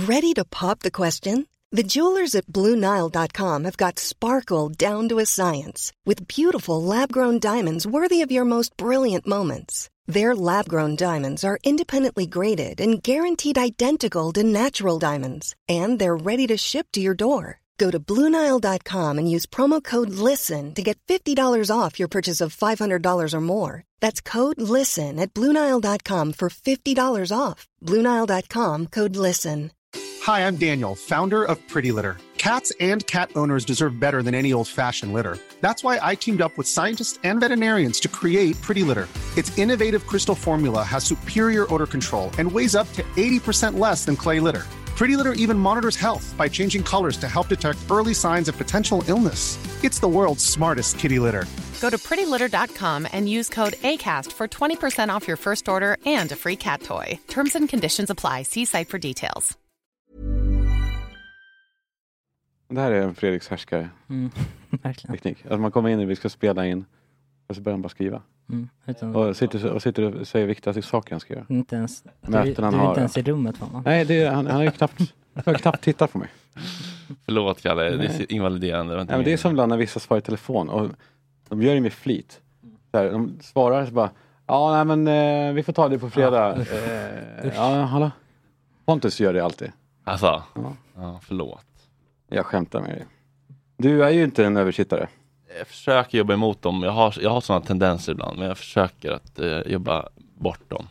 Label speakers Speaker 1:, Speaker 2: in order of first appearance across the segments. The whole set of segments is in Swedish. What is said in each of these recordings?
Speaker 1: Ready to pop the question? The jewelers at BlueNile.com have got sparkle down to a science with beautiful lab-grown diamonds worthy of your most brilliant moments. Their lab-grown diamonds are independently graded and guaranteed identical to natural diamonds, and they're ready to ship to your door. Go to BlueNile.com and use promo code LISTEN to get $50 off your purchase of $500 or more. That's code LISTEN at BlueNile.com for $50 off. BlueNile.com, code LISTEN.
Speaker 2: Hi, I'm Daniel, founder of Pretty Litter. Cats and cat owners deserve better than any old-fashioned litter. That's why I teamed up with scientists and veterinarians to create Pretty Litter. Its innovative crystal formula has superior odor control and weighs up to 80% less than clay litter. Pretty Litter even monitors health by changing colors to help detect early signs of potential illness. It's the world's smartest kitty litter.
Speaker 3: Go to prettylitter.com and use code ACAST for 20% off your first order and a free cat toy. Terms and conditions apply. See site for details.
Speaker 4: Det här är en Fredriks härskare. Teknik. Alltså man kommer in och vi ska spela in och så börjar han bara skriva. Och sitter och säger viktiga saker han ska göra.
Speaker 5: Inte ens,
Speaker 4: du är
Speaker 5: inte ens i rummet, va?
Speaker 4: Nej, han har ju knappt tittat på mig.
Speaker 6: Förlåt, Kalle, det är invaliderande.
Speaker 4: Nej, men det är som när vissa svarar i telefon och de gör det med flit. Så här, de svarar så bara, ja, nej, men vi får ta det på fredag. Hallå? Pontus gör det alltid.
Speaker 6: Alltså, förlåt.
Speaker 4: Jag skämtar med dig. Du är ju inte en översittare.
Speaker 6: Jag försöker jobba emot dem. Jag har sådana tendenser ibland, men jag försöker att jobba bort dem.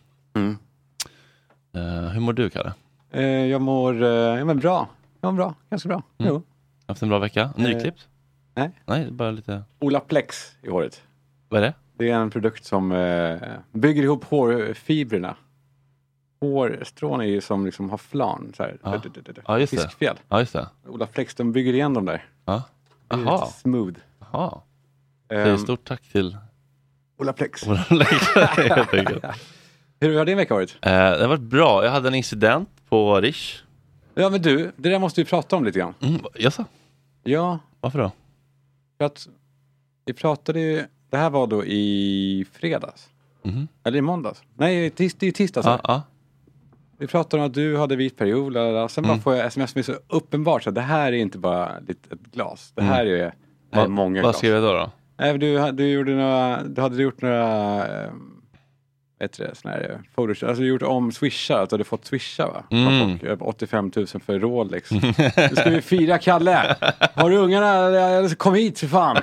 Speaker 6: Hur mår du, Kalle?
Speaker 4: Jag mår bra. Ganska bra. Jo.
Speaker 6: Haft en bra vecka? Nyklippt?
Speaker 4: Nej,
Speaker 6: bara lite...
Speaker 4: Olaplex i håret.
Speaker 6: Vad är det?
Speaker 4: Det är en produkt som bygger ihop hårfibrerna. Hårstrån är ju som liksom har flan. Så här.
Speaker 6: Ja, just det.
Speaker 4: Fiskfjäll.
Speaker 6: Ja, just det.
Speaker 4: Olaplex, de bygger igen dem där.
Speaker 6: Ja.
Speaker 4: Aha. Smooth.
Speaker 6: Jaha. Stort tack till
Speaker 4: Olaplex. Hur har din vecka varit?
Speaker 6: Det har varit bra. Jag hade en incident på Rish.
Speaker 4: Ja, men du, det där måste vi prata om lite grann.
Speaker 6: Jaså?
Speaker 4: Ja.
Speaker 6: Varför då?
Speaker 4: För att vi pratade ju, det här var då i fredags. Eller i måndags. Nej, det är tisdags.
Speaker 6: Ja.
Speaker 4: Vi pratade om att du hade vit period. Sen bara får jag sms som är så uppenbart. Så det här är inte bara ett glas. Det här är många glas.
Speaker 6: Vad skrev jag då?
Speaker 4: Nej, du hade gjort några såna här fotos. Alltså du gjort om swishar. Att du hade fått swisha, va? Folk, 85 000 för Rolex. Nu ska vi fira, Kalle. Har du ungarna? Kom hit för fan.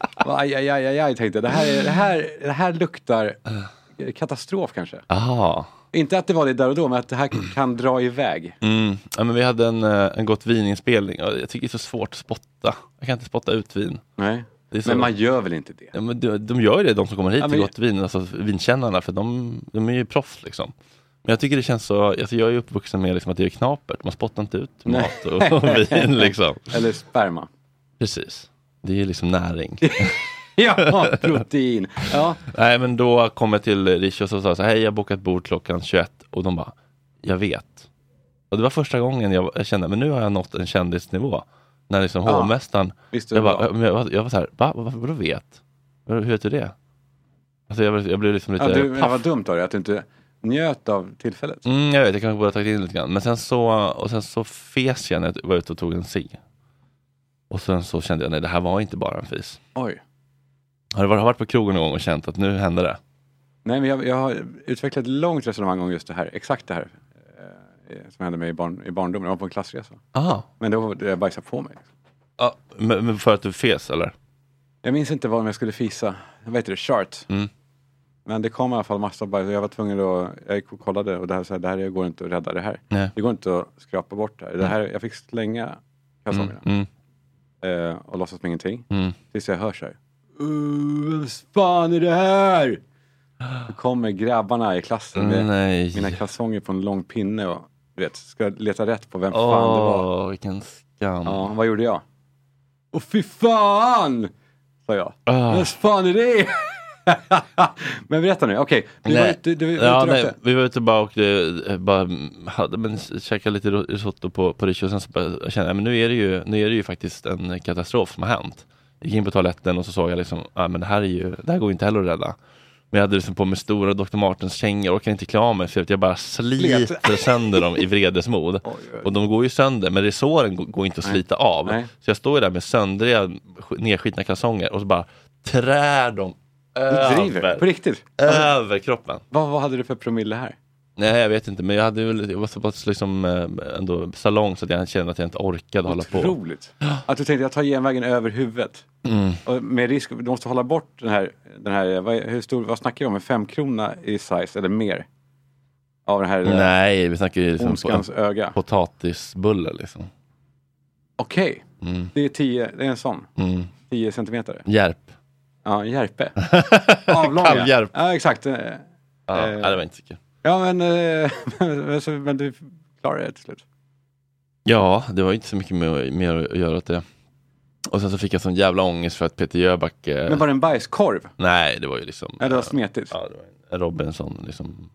Speaker 4: Jag tänkte, det här luktar katastrof kanske.
Speaker 6: Aha.
Speaker 4: Inte att det var det där och då, men att det här kan dra iväg.
Speaker 6: Ja, men vi hade en gott vininspelning och jag tycker det är så svårt att spotta. Jag kan inte spotta ut vin.
Speaker 4: Nej, men man gör väl inte det?
Speaker 6: Ja, men de gör ju det, de som kommer hit till gott vin, alltså vinkännarna, för de är ju proffs liksom. Men jag tycker det känns så, alltså jag är ju uppvuxen med liksom att det är knapert. Man spottar inte ut mat och vin liksom.
Speaker 4: Eller sperma.
Speaker 6: Precis. Det är liksom näring.
Speaker 4: Ja, protein. Ja.
Speaker 6: Nej, men då kom jag till Rish och sa så här, hej, jag har bokat bord klockan 21. Och de bara, jag vet. Och det var första gången jag kände, men nu har jag nått en kändisnivå. När liksom hovmästaren, jag var så här, vadå vet? Hur vet du det? Alltså jag blev liksom lite...
Speaker 4: det var dumt av dig att du inte njöt av tillfället.
Speaker 6: Jag vet, jag kanske borde ha tagit in lite grann. Men sen så fes jag när jag var ute och tog en cigg. Och sen så kände jag, nej, det här var inte bara en fis.
Speaker 4: Oj.
Speaker 6: Har du varit på krogen någon gång och känt att nu händer det?
Speaker 4: Nej, men jag har utvecklat ett långt resonemang om just det här. Exakt det här. Som hände mig i barndomen. Jag var på en klassresa.
Speaker 6: Aha.
Speaker 4: Men då var jag bajsade på mig.
Speaker 6: Ja, men för att du fes, eller?
Speaker 4: Jag minns inte vad jag skulle fisa. Jag vet inte, chart. Men det kom i alla fall massa bajs. Jag var tvungen att... Jag gick och kollade och det här går inte att rädda det här. Nej. Det går inte att skrapa bort det här. Jag fick slänga kalsongerna. Och låtsas med ingenting. Tills jag hör så här. Vad fan är det här? Då kommer grabbarna i klassen med mina kalsonger på en lång pinne och du vet, ska leta rätt på vem fan det var.
Speaker 6: Vilken skam.
Speaker 4: Ja, vad gjorde jag? Åh fy fan! Sa jag. Vad fan är det? Men berätta nu, okej.
Speaker 6: Vi var ute bara och käkade lite risotto på Rish och sen så jag kände, men nu är det ju faktiskt en katastrof som har hänt. Jag gick in på toaletten och så såg jag liksom, men det här går ju inte heller att rädda. Men jag hade liksom på mig stora Dr. Martens kängor och kan inte klara mig för att jag bara sliter sönder dem i vredesmod. Och de går ju sönder, men resåren går inte att slita av. Nej. Så jag står ju där med söndriga, nedskitna kalsonger och så bara trär dem
Speaker 4: på riktigt?
Speaker 6: Över kroppen.
Speaker 4: Vad hade du för promille här?
Speaker 6: Nej, jag vet inte, men jag var så pass liksom, ändå salong så att jag kände att jag inte orkade hålla på.
Speaker 4: Otroligt. Att du tänkte jag tar genvägen över huvudet. Och med risk, du måste hålla bort den här hur stor, vad snackar vi om? 5 krona i size eller mer? Av den här
Speaker 6: nej, vi snackar ju liksom
Speaker 4: öga.
Speaker 6: Potatisbulle liksom.
Speaker 4: Okej. Det är 10, det är en sån. 10 centimeter.
Speaker 6: Järp.
Speaker 4: Ja, järpe. Avlånga.
Speaker 6: Kallhjärp.
Speaker 4: Ja, exakt.
Speaker 6: Det var inte så kul.
Speaker 4: Ja, men du klarade det till slut.
Speaker 6: Ja, det var inte så mycket mer att göra åt det. Och sen så fick jag sån jävla ångest för att Peter Jöback...
Speaker 4: Men var det en bajskorv?
Speaker 6: Nej, det var ju liksom...
Speaker 4: Ja, det var smetigt.
Speaker 6: Ja, det var en Robinson liksom...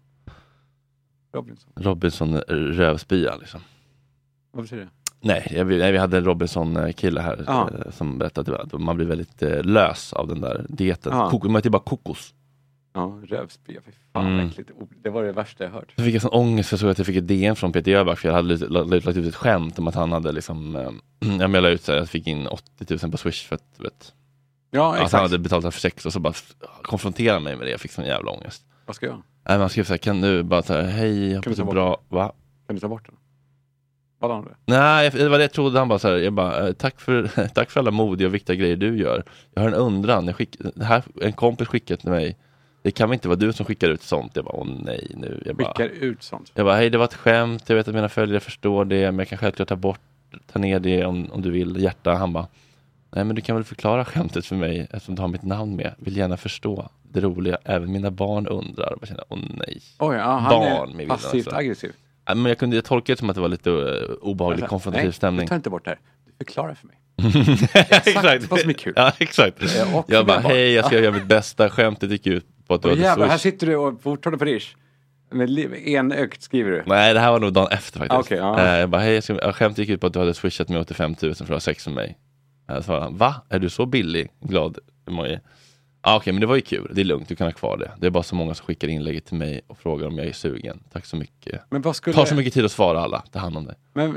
Speaker 6: Robinson rövspya liksom.
Speaker 4: Vad betyder det?
Speaker 6: Nej, vi hade en Robinson-kille här som berättade att man blir väldigt lös av den där dieten. Man äter bara kokos.
Speaker 4: Ja, rövspya. Fan, äckligt. Det var det värsta jag hört.
Speaker 6: Så fick jag sån ångest för att jag fick ett DM från Peter Jöback för jag hade lagt ut ett skämt om att han hade liksom... jag la ut så här, jag fick in 80 000 på Swish för att, vet, att han hade betalat för sex och så bara konfrontera mig med det. Jag fick sån jävla ångest.
Speaker 4: Vad ska jag?
Speaker 6: Nej, man skrev så här, kan du bara säga hej, jag har så bra... Va?
Speaker 4: Kan du ta bort den? Vad har du?
Speaker 6: Nej, det var det jag trodde. Han bara så här, jag bara, tack för alla modiga och viktiga grejer du gör. Jag har en undran. En kompis skickat till mig. Det kan väl inte vara du som skickar ut sånt? Jag bara, nej nu.
Speaker 4: Skickar ut sånt?
Speaker 6: Jag bara, hej det var ett skämt. Jag vet att mina följare förstår det. Men jag kan självklart ta ner det om du vill. Hjärta. Han bara, nej men du kan väl förklara skämtet för mig eftersom du har mitt namn med. Vill gärna förstå det roliga. Även mina barn undrar. Jag känner, nej.
Speaker 4: Oj, ja, han barn, är passivt alltså. Aggressiv.
Speaker 6: Ja, men jag tolkade det som att det var lite obehaglig konfrontativ stämning.
Speaker 4: Nej, du tar inte bort det här. Du förklarar för mig.
Speaker 6: Exakt.
Speaker 4: Vad som är kul.
Speaker 6: Ja, exakt. Jag bara, hej jag ska göra mitt bästa. Skämtet gick ut på att du hade
Speaker 4: jävlar, här sitter du och fortfarande på Rish. Med enögt skriver du.
Speaker 6: Nej, det här var nog dagen efter faktiskt.
Speaker 4: Okay,
Speaker 6: jag bara, hej skämtet gick ut på att du hade swishat med 85 000 för att ha sex med mig. Jag svarade han, va? Är du så billig? Glad emoji. Okej, men det var ju kul. Det är lugnt, du kan ha kvar det. Det är bara så många som skickar inlägget till mig och frågar om jag är sugen. Tack så mycket. Men vad skulle... Tar så mycket tid att svara alla. Ta hand om dig.
Speaker 4: Men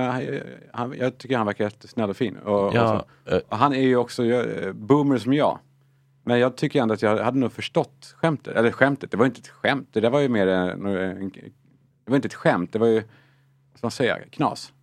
Speaker 4: jag tycker han verkar snäll och fin. Och han är ju också boomer som jag. Men jag tycker ändå att jag hade nog förstått skämtet. Eller skämtet, det var inte ett skämt. Det där var ju mer det var inte ett skämt. Det var ju, vad ska man säga, knas.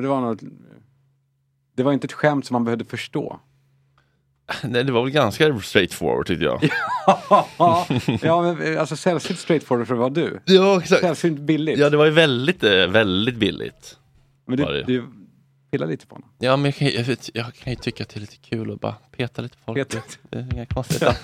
Speaker 4: Det var inte ett skämt som man behövde förstå.
Speaker 6: Nej, det var väl ganska straightforward tyckte jag.
Speaker 4: Ja, men alltså sällsynt straightforward för vad du.
Speaker 6: Ja, exakt.
Speaker 4: Sällsynt billigt.
Speaker 6: Ja, det var ju väldigt, väldigt billigt.
Speaker 4: Men du pillar lite på honom.
Speaker 6: Ja, men jag kan ju tycka att det är lite kul att bara peta lite på folk. Det är inga konstigt.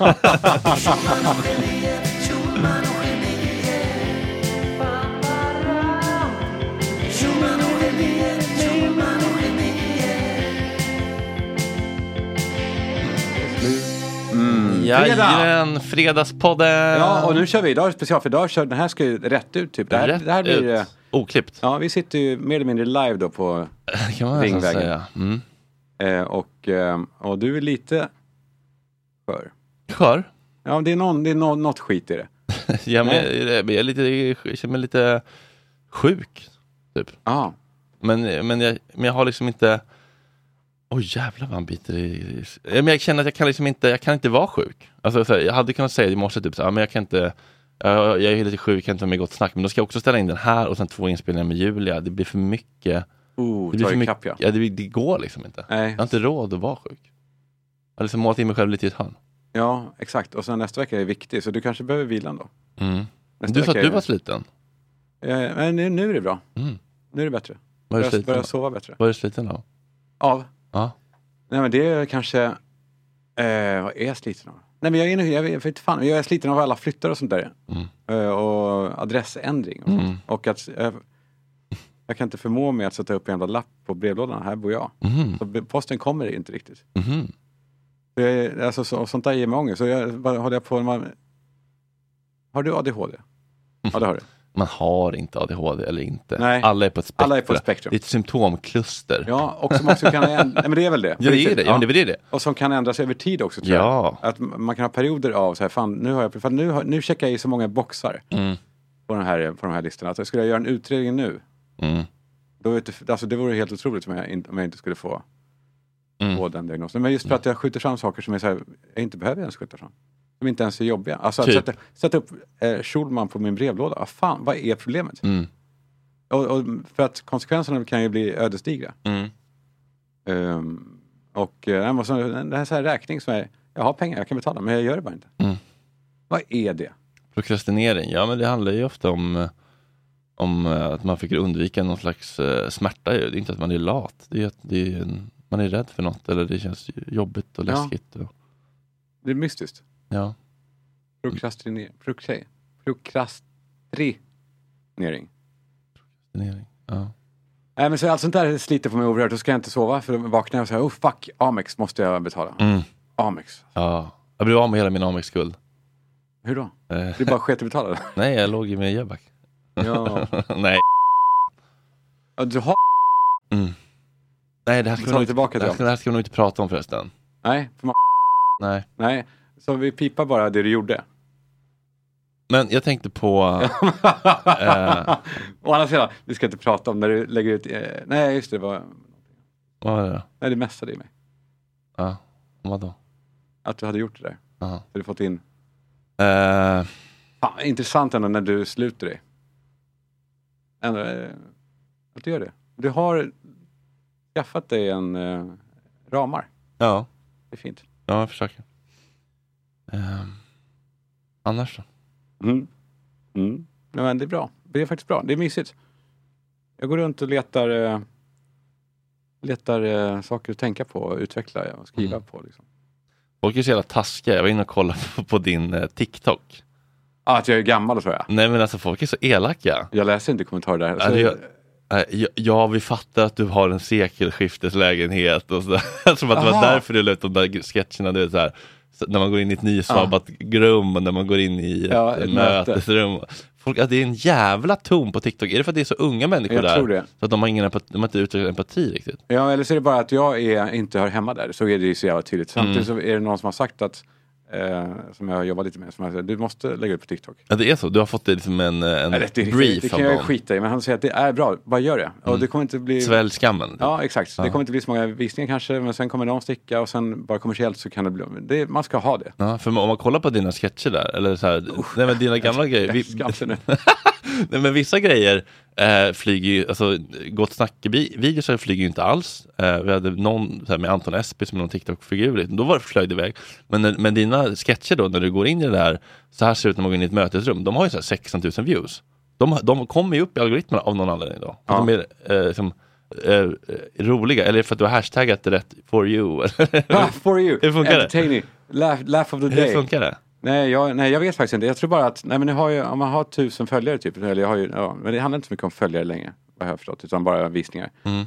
Speaker 6: Jajamän, fredagspodden.
Speaker 4: Ja, och nu kör vi idag special för idag. Den här ska ju rätt ut typ. Det här blir
Speaker 6: oklippt.
Speaker 4: Ja, vi sitter ju mer eller mindre live då på Ringvägen. Och du är lite
Speaker 6: skör.
Speaker 4: Ja, det är något skit i det.
Speaker 6: Ja, men jag känner mig lite sjuk typ.
Speaker 4: Ja.
Speaker 6: Men jag har liksom inte. Jävlar vad han biter i. Men jag känner att jag kan inte vara sjuk. Alltså så här, jag hade kunnat säga i morse typ så här, men jag kan inte. Jag är lite sjuk, kan inte vara med gott snack, men då ska jag också ställa in den här och sen 2 inspelningar med Julia. Det blir för mycket.
Speaker 4: Det blir för mycket.
Speaker 6: Ja, det går liksom inte.
Speaker 4: Nej.
Speaker 6: Jag har inte råd att vara sjuk. Jag har liksom målat in mig själv lite i ett hörn.
Speaker 4: Ja, exakt. Och sen nästa vecka är viktig, så du kanske behöver vilan då.
Speaker 6: Du sa att du var sliten.
Speaker 4: Men nu är det bra. Nu är det bättre. Börja sova bättre.
Speaker 6: Var är du sliten då?
Speaker 4: Av?
Speaker 6: Ja.
Speaker 4: Nej, men det är kanske... vad är jag sliten av? Nej, men jag är sliten av alla flyttar och sånt där. Och adressändring. Och sånt. Och att jag kan inte förmå mig att sätta upp en jävla lapp på brevlådan. Här bor jag. Så posten kommer inte riktigt. Alltså, sånt där ger mig ångest. Så jag håller på... Har du ADHD? Ja, det har du.
Speaker 6: man har inte ADHD eller inte.
Speaker 4: Nej.
Speaker 6: Alla är på ett spektrum.
Speaker 4: Alla är på ett spektrum.
Speaker 6: Det är ett symptomkluster.
Speaker 4: Ja, och som också kan ändra... men det är väl det.
Speaker 6: Ja, det är det. Ja, det är det.
Speaker 4: Och som kan ändras över tid också, tror jag. Att man kan ha perioder av så här, fan, nu checkar jag i så många boxar på de här listorna. Att skulle jag göra en utredning nu, då alltså, det vore helt otroligt om jag inte skulle få den diagnosen. Men just för att jag skjuter fram saker som jag inte behöver ens skjuta fram. Som inte ens är jobbiga. Alltså att sätta upp Schulman på min brevlåda. Vad är problemet? Och för att konsekvenserna kan ju bli ödesdigra. Och det här så här räkning som jag har pengar, jag kan betala, men jag gör det bara inte. Vad är det?
Speaker 6: Prokrastinering, ja, men det handlar ju ofta om att man försöker undvika någon slags smärta. Det är inte att man är lat. Det är att man är rädd för något, eller det känns jobbigt och läskigt. Och...
Speaker 4: Det är mystiskt.
Speaker 6: Ja.
Speaker 4: Prokrastinering.
Speaker 6: Ja.
Speaker 4: Nej, men så allt sånt där sliter på mig oerhört. Då ska jag inte sova, för då vaknar jag och säger fuck, Amex måste jag betala. Amex.
Speaker 6: Ja. Jag blev av med hela min Amex-skuld.
Speaker 4: Hur då? Det är bara sket att betala.
Speaker 6: Nej, jag låg ju med Jöback.
Speaker 4: Ja.
Speaker 6: Nej.
Speaker 4: Ja, du har...
Speaker 6: Nej, det här ska vi nog inte prata om förresten.
Speaker 4: Nej, för man... Nej, så vi pipar bara det du gjorde.
Speaker 6: Men jag tänkte på...
Speaker 4: Å andra sidan, vi ska inte prata om när du lägger ut... nej, just det,
Speaker 6: Vad var det då?
Speaker 4: Nej, det mässade i mig.
Speaker 6: Ja, vad då?
Speaker 4: Att du hade gjort det där.
Speaker 6: Så
Speaker 4: du fått in... intressant ändå när du sluter dig. Att du gör det. Du har skaffat dig en ramar.
Speaker 6: Ja.
Speaker 4: Det är fint.
Speaker 6: Ja, jag försöker. Annars då?
Speaker 4: Men det är bra. Det är faktiskt bra. Det är mysigt. Jag går runt och letar saker att tänka på och utveckla och skriva på. Liksom.
Speaker 6: Folk är så jävla taskiga. Jag var inne och kollade på din TikTok.
Speaker 4: Att jag är gammal, tror jag.
Speaker 6: Nej, men alltså folk är så elaka.
Speaker 4: Jag läser inte kommentarer där.
Speaker 6: Ja, vi fattar att du har en sekelskifteslägenhet och så. Jag tror att det var därför du lät de där sketcherna, det är så här, när man går in i ett nysvabat grum och när man går in i ett mötesrum. Folk, det är en jävla ton på TikTok. Är det för att det är så unga människor
Speaker 4: jag
Speaker 6: där?
Speaker 4: Tror det.
Speaker 6: Så att de har inte utvecklat empati riktigt?
Speaker 4: Ja, eller så är det bara att jag inte hör hemma där. Så är det ju så jävla tydligt. Samtidigt så är det någon som har sagt att som jag jobbar lite med, som har sagt, du måste lägga upp på TikTok.
Speaker 6: Ja, det är så. Du har fått det liksom en brief.
Speaker 4: Det kan jag skita i, men han säger att det är bra. Vad gör det? Och det kommer inte bli...
Speaker 6: Svälj skammen.
Speaker 4: Ja, exakt. Det kommer inte bli så många visningar kanske, men sen kommer någon sticka och sen bara kommersiellt så kan det bli... man ska ha det.
Speaker 6: Ja, för om man kollar på dina sketcher där, eller så här, nej, men dina gamla grejer. Nej, men vissa grejer flyger ju, alltså Gott snack-videos så flyger ju inte alls. Vi hade någon så här, med Anton Esby som är någon TikTok-figur, då flög det iväg. Men dina sketcher då, när du går in i det där, så här ser det ut när man går in i ett mötesrum, de har ju så här 16 000 views. De kommer ju upp i algoritmerna av någon anledning då. Ja. De är roliga, eller för att du har hashtaggat det rätt for you.
Speaker 4: For you,
Speaker 6: hur funkar
Speaker 4: entertaining, laugh of the day.
Speaker 6: Hur funkar det?
Speaker 4: Nej, jag vet faktiskt inte. Jag tror bara att men om man har 1000 följare typ, eller men det handlar inte så mycket om följare längre, vad jag har förstått, utan bara visningar.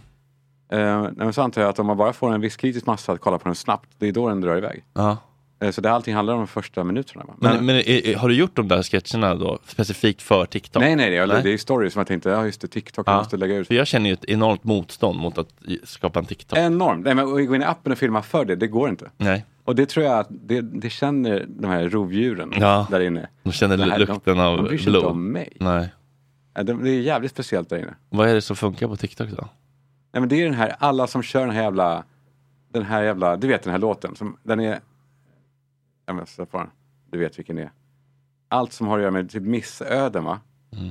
Speaker 4: Men så antar jag att om man bara får en viss kritisk massa att kolla på den snabbt, det är då den drar iväg. Så det allting handlar om de första minuterna.
Speaker 6: Men har du gjort de där sketcherna då specifikt för TikTok?
Speaker 4: Nej, det är stories som jag tänkte, just det, TikTok måste lägga ut.
Speaker 6: För jag känner ju ett enormt motstånd mot att skapa en TikTok.
Speaker 4: Enormt. Nej, men att gå in i appen och filma för det går inte. Nej. Och det tror jag att det känner de här rovdjuren där inne.
Speaker 6: De känner lukten av blod.
Speaker 4: De bryr sig inte om mig.
Speaker 6: Nej.
Speaker 4: Det är jävligt speciellt där inne.
Speaker 6: Vad är det som funkar på TikTok då?
Speaker 4: Nej, men det är den här, alla som kör den här jävla, du vet den här låten som, den är, jag måste få den, du vet vilken det är. Allt som har att göra med typ missöden, va?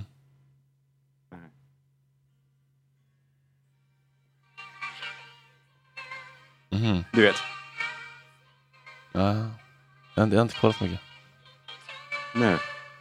Speaker 4: Du vet.
Speaker 6: Ja, jag har inte kollat så mycket.
Speaker 4: Nej.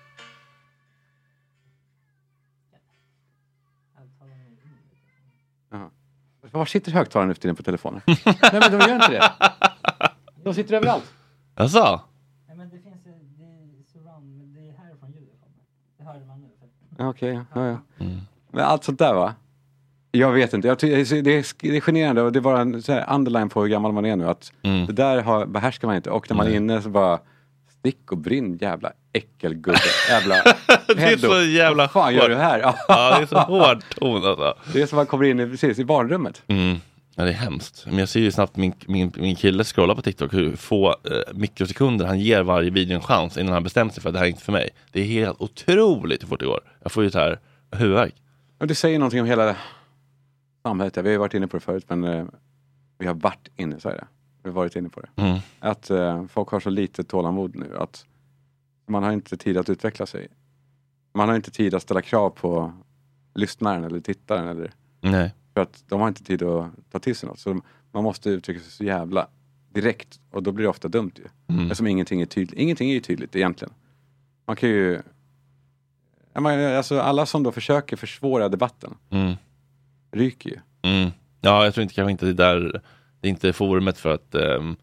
Speaker 4: Var sitter högtalaren nu för tiden på telefonen? Nej, men de gör inte det. De sitter överallt.
Speaker 6: Jaså?
Speaker 5: Nej, men det finns det är surround, men det är härifrån ljudet kommer. Det hörde man nu.
Speaker 4: Okej, ja. Men allt sånt där, va? Jag vet inte. Det är generande och det var en så här underline på hur gammal man är nu. Att det där behärskar man inte. Och när man är inne så bara Stick och brinn, jävla äckelgubbe. Jävla
Speaker 6: det är så jävla
Speaker 4: hårt. Vad fan gör du här?
Speaker 6: Ja, det är så hård ton alltså.
Speaker 4: Det är som att man kommer in precis i barnrummet.
Speaker 6: Ja, det är hemskt. Men jag ser ju snabbt min kille scrollar på TikTok hur få mikrosekunder han ger varje video en chans innan han bestämmer sig för att det här är inte för mig. Det är helt otroligt hur fort det går. Jag får ju så här huvudvärk.
Speaker 4: Och det säger någonting om hela samhället. Vi har ju varit inne på det förut, men vi har varit inne, så är det. Vi har varit inne på det. Att folk har så lite tålamod nu. Att man har inte tid att utveckla sig. Man har inte tid att ställa krav på lyssnaren eller tittaren. Eller,
Speaker 6: nej.
Speaker 4: För att de har inte tid att ta till sig något. Så man måste uttrycka sig så jävla direkt. Och då blir det ofta dumt ju. Eftersom ingenting är tydligt. Ingenting är ju tydligt egentligen. Man kan ju... Alltså alla som då försöker försvåra debatten ryker ju.
Speaker 6: Ja, jag tror kanske inte det där... Det är inte forumet för att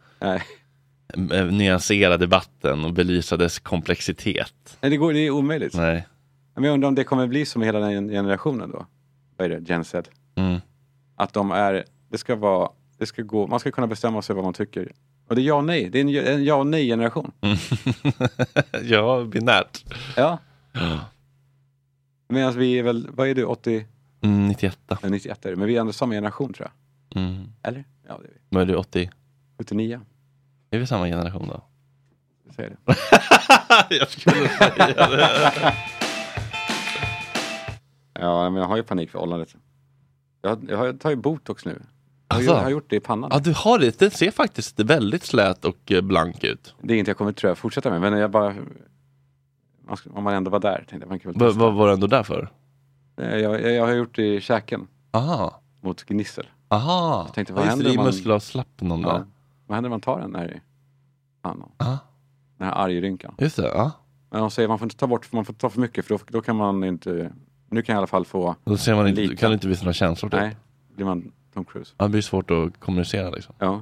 Speaker 6: nyansera debatten och belysa dess komplexitet.
Speaker 4: Nej, det är omöjligt.
Speaker 6: Nej.
Speaker 4: Men jag undrar om det kommer bli som hela den generationen då. Vad är det? Gen Z. Att de är... Det ska gå... Man ska kunna bestämma sig vad man tycker. Och det är ja och nej. Det är en ja och nej generation.
Speaker 6: Ja, binärt.
Speaker 4: Ja. Medan vi är väl... Vad är du? 80...
Speaker 6: 91.
Speaker 4: 91 är det. Men vi är ändå samma generation, tror jag. Eller? Ja, det är vi.
Speaker 6: Men är du 80?
Speaker 4: 79.
Speaker 6: Är vi samma generation då?
Speaker 4: Jag säger det.
Speaker 6: Jag skulle säga det.
Speaker 4: Ja, men jag har ju panik för åldrandet. Jag har tagit botox nu.
Speaker 6: Jag
Speaker 4: har gjort det i pannan.
Speaker 6: Ja, du har det. Den ser faktiskt väldigt slät och blank ut.
Speaker 4: Det är inte jag kommer, tror jag, fortsätta med. Men jag bara... Om man ändå var där, tänkte jag. Man kan
Speaker 6: väl vad var du ändå där för?
Speaker 4: Jag har gjort det i käken.
Speaker 6: Aha.
Speaker 4: Mot gnissel.
Speaker 6: Aha.
Speaker 4: Jag tänkte, vad händer
Speaker 6: om man... muskelavslappnad
Speaker 4: ja. Vad händer om man tar den här i pannan? Den här argrynkan.
Speaker 6: Just det, ja.
Speaker 4: Men de säger man får inte ta bort, man får ta för mycket, för då kan man inte... Nu kan jag i alla fall få...
Speaker 6: Då ser man inte, kan inte visa några känslor.
Speaker 4: Nej, blir man Tom Cruise.
Speaker 6: Ja, det blir svårt att kommunicera liksom.
Speaker 4: Ja.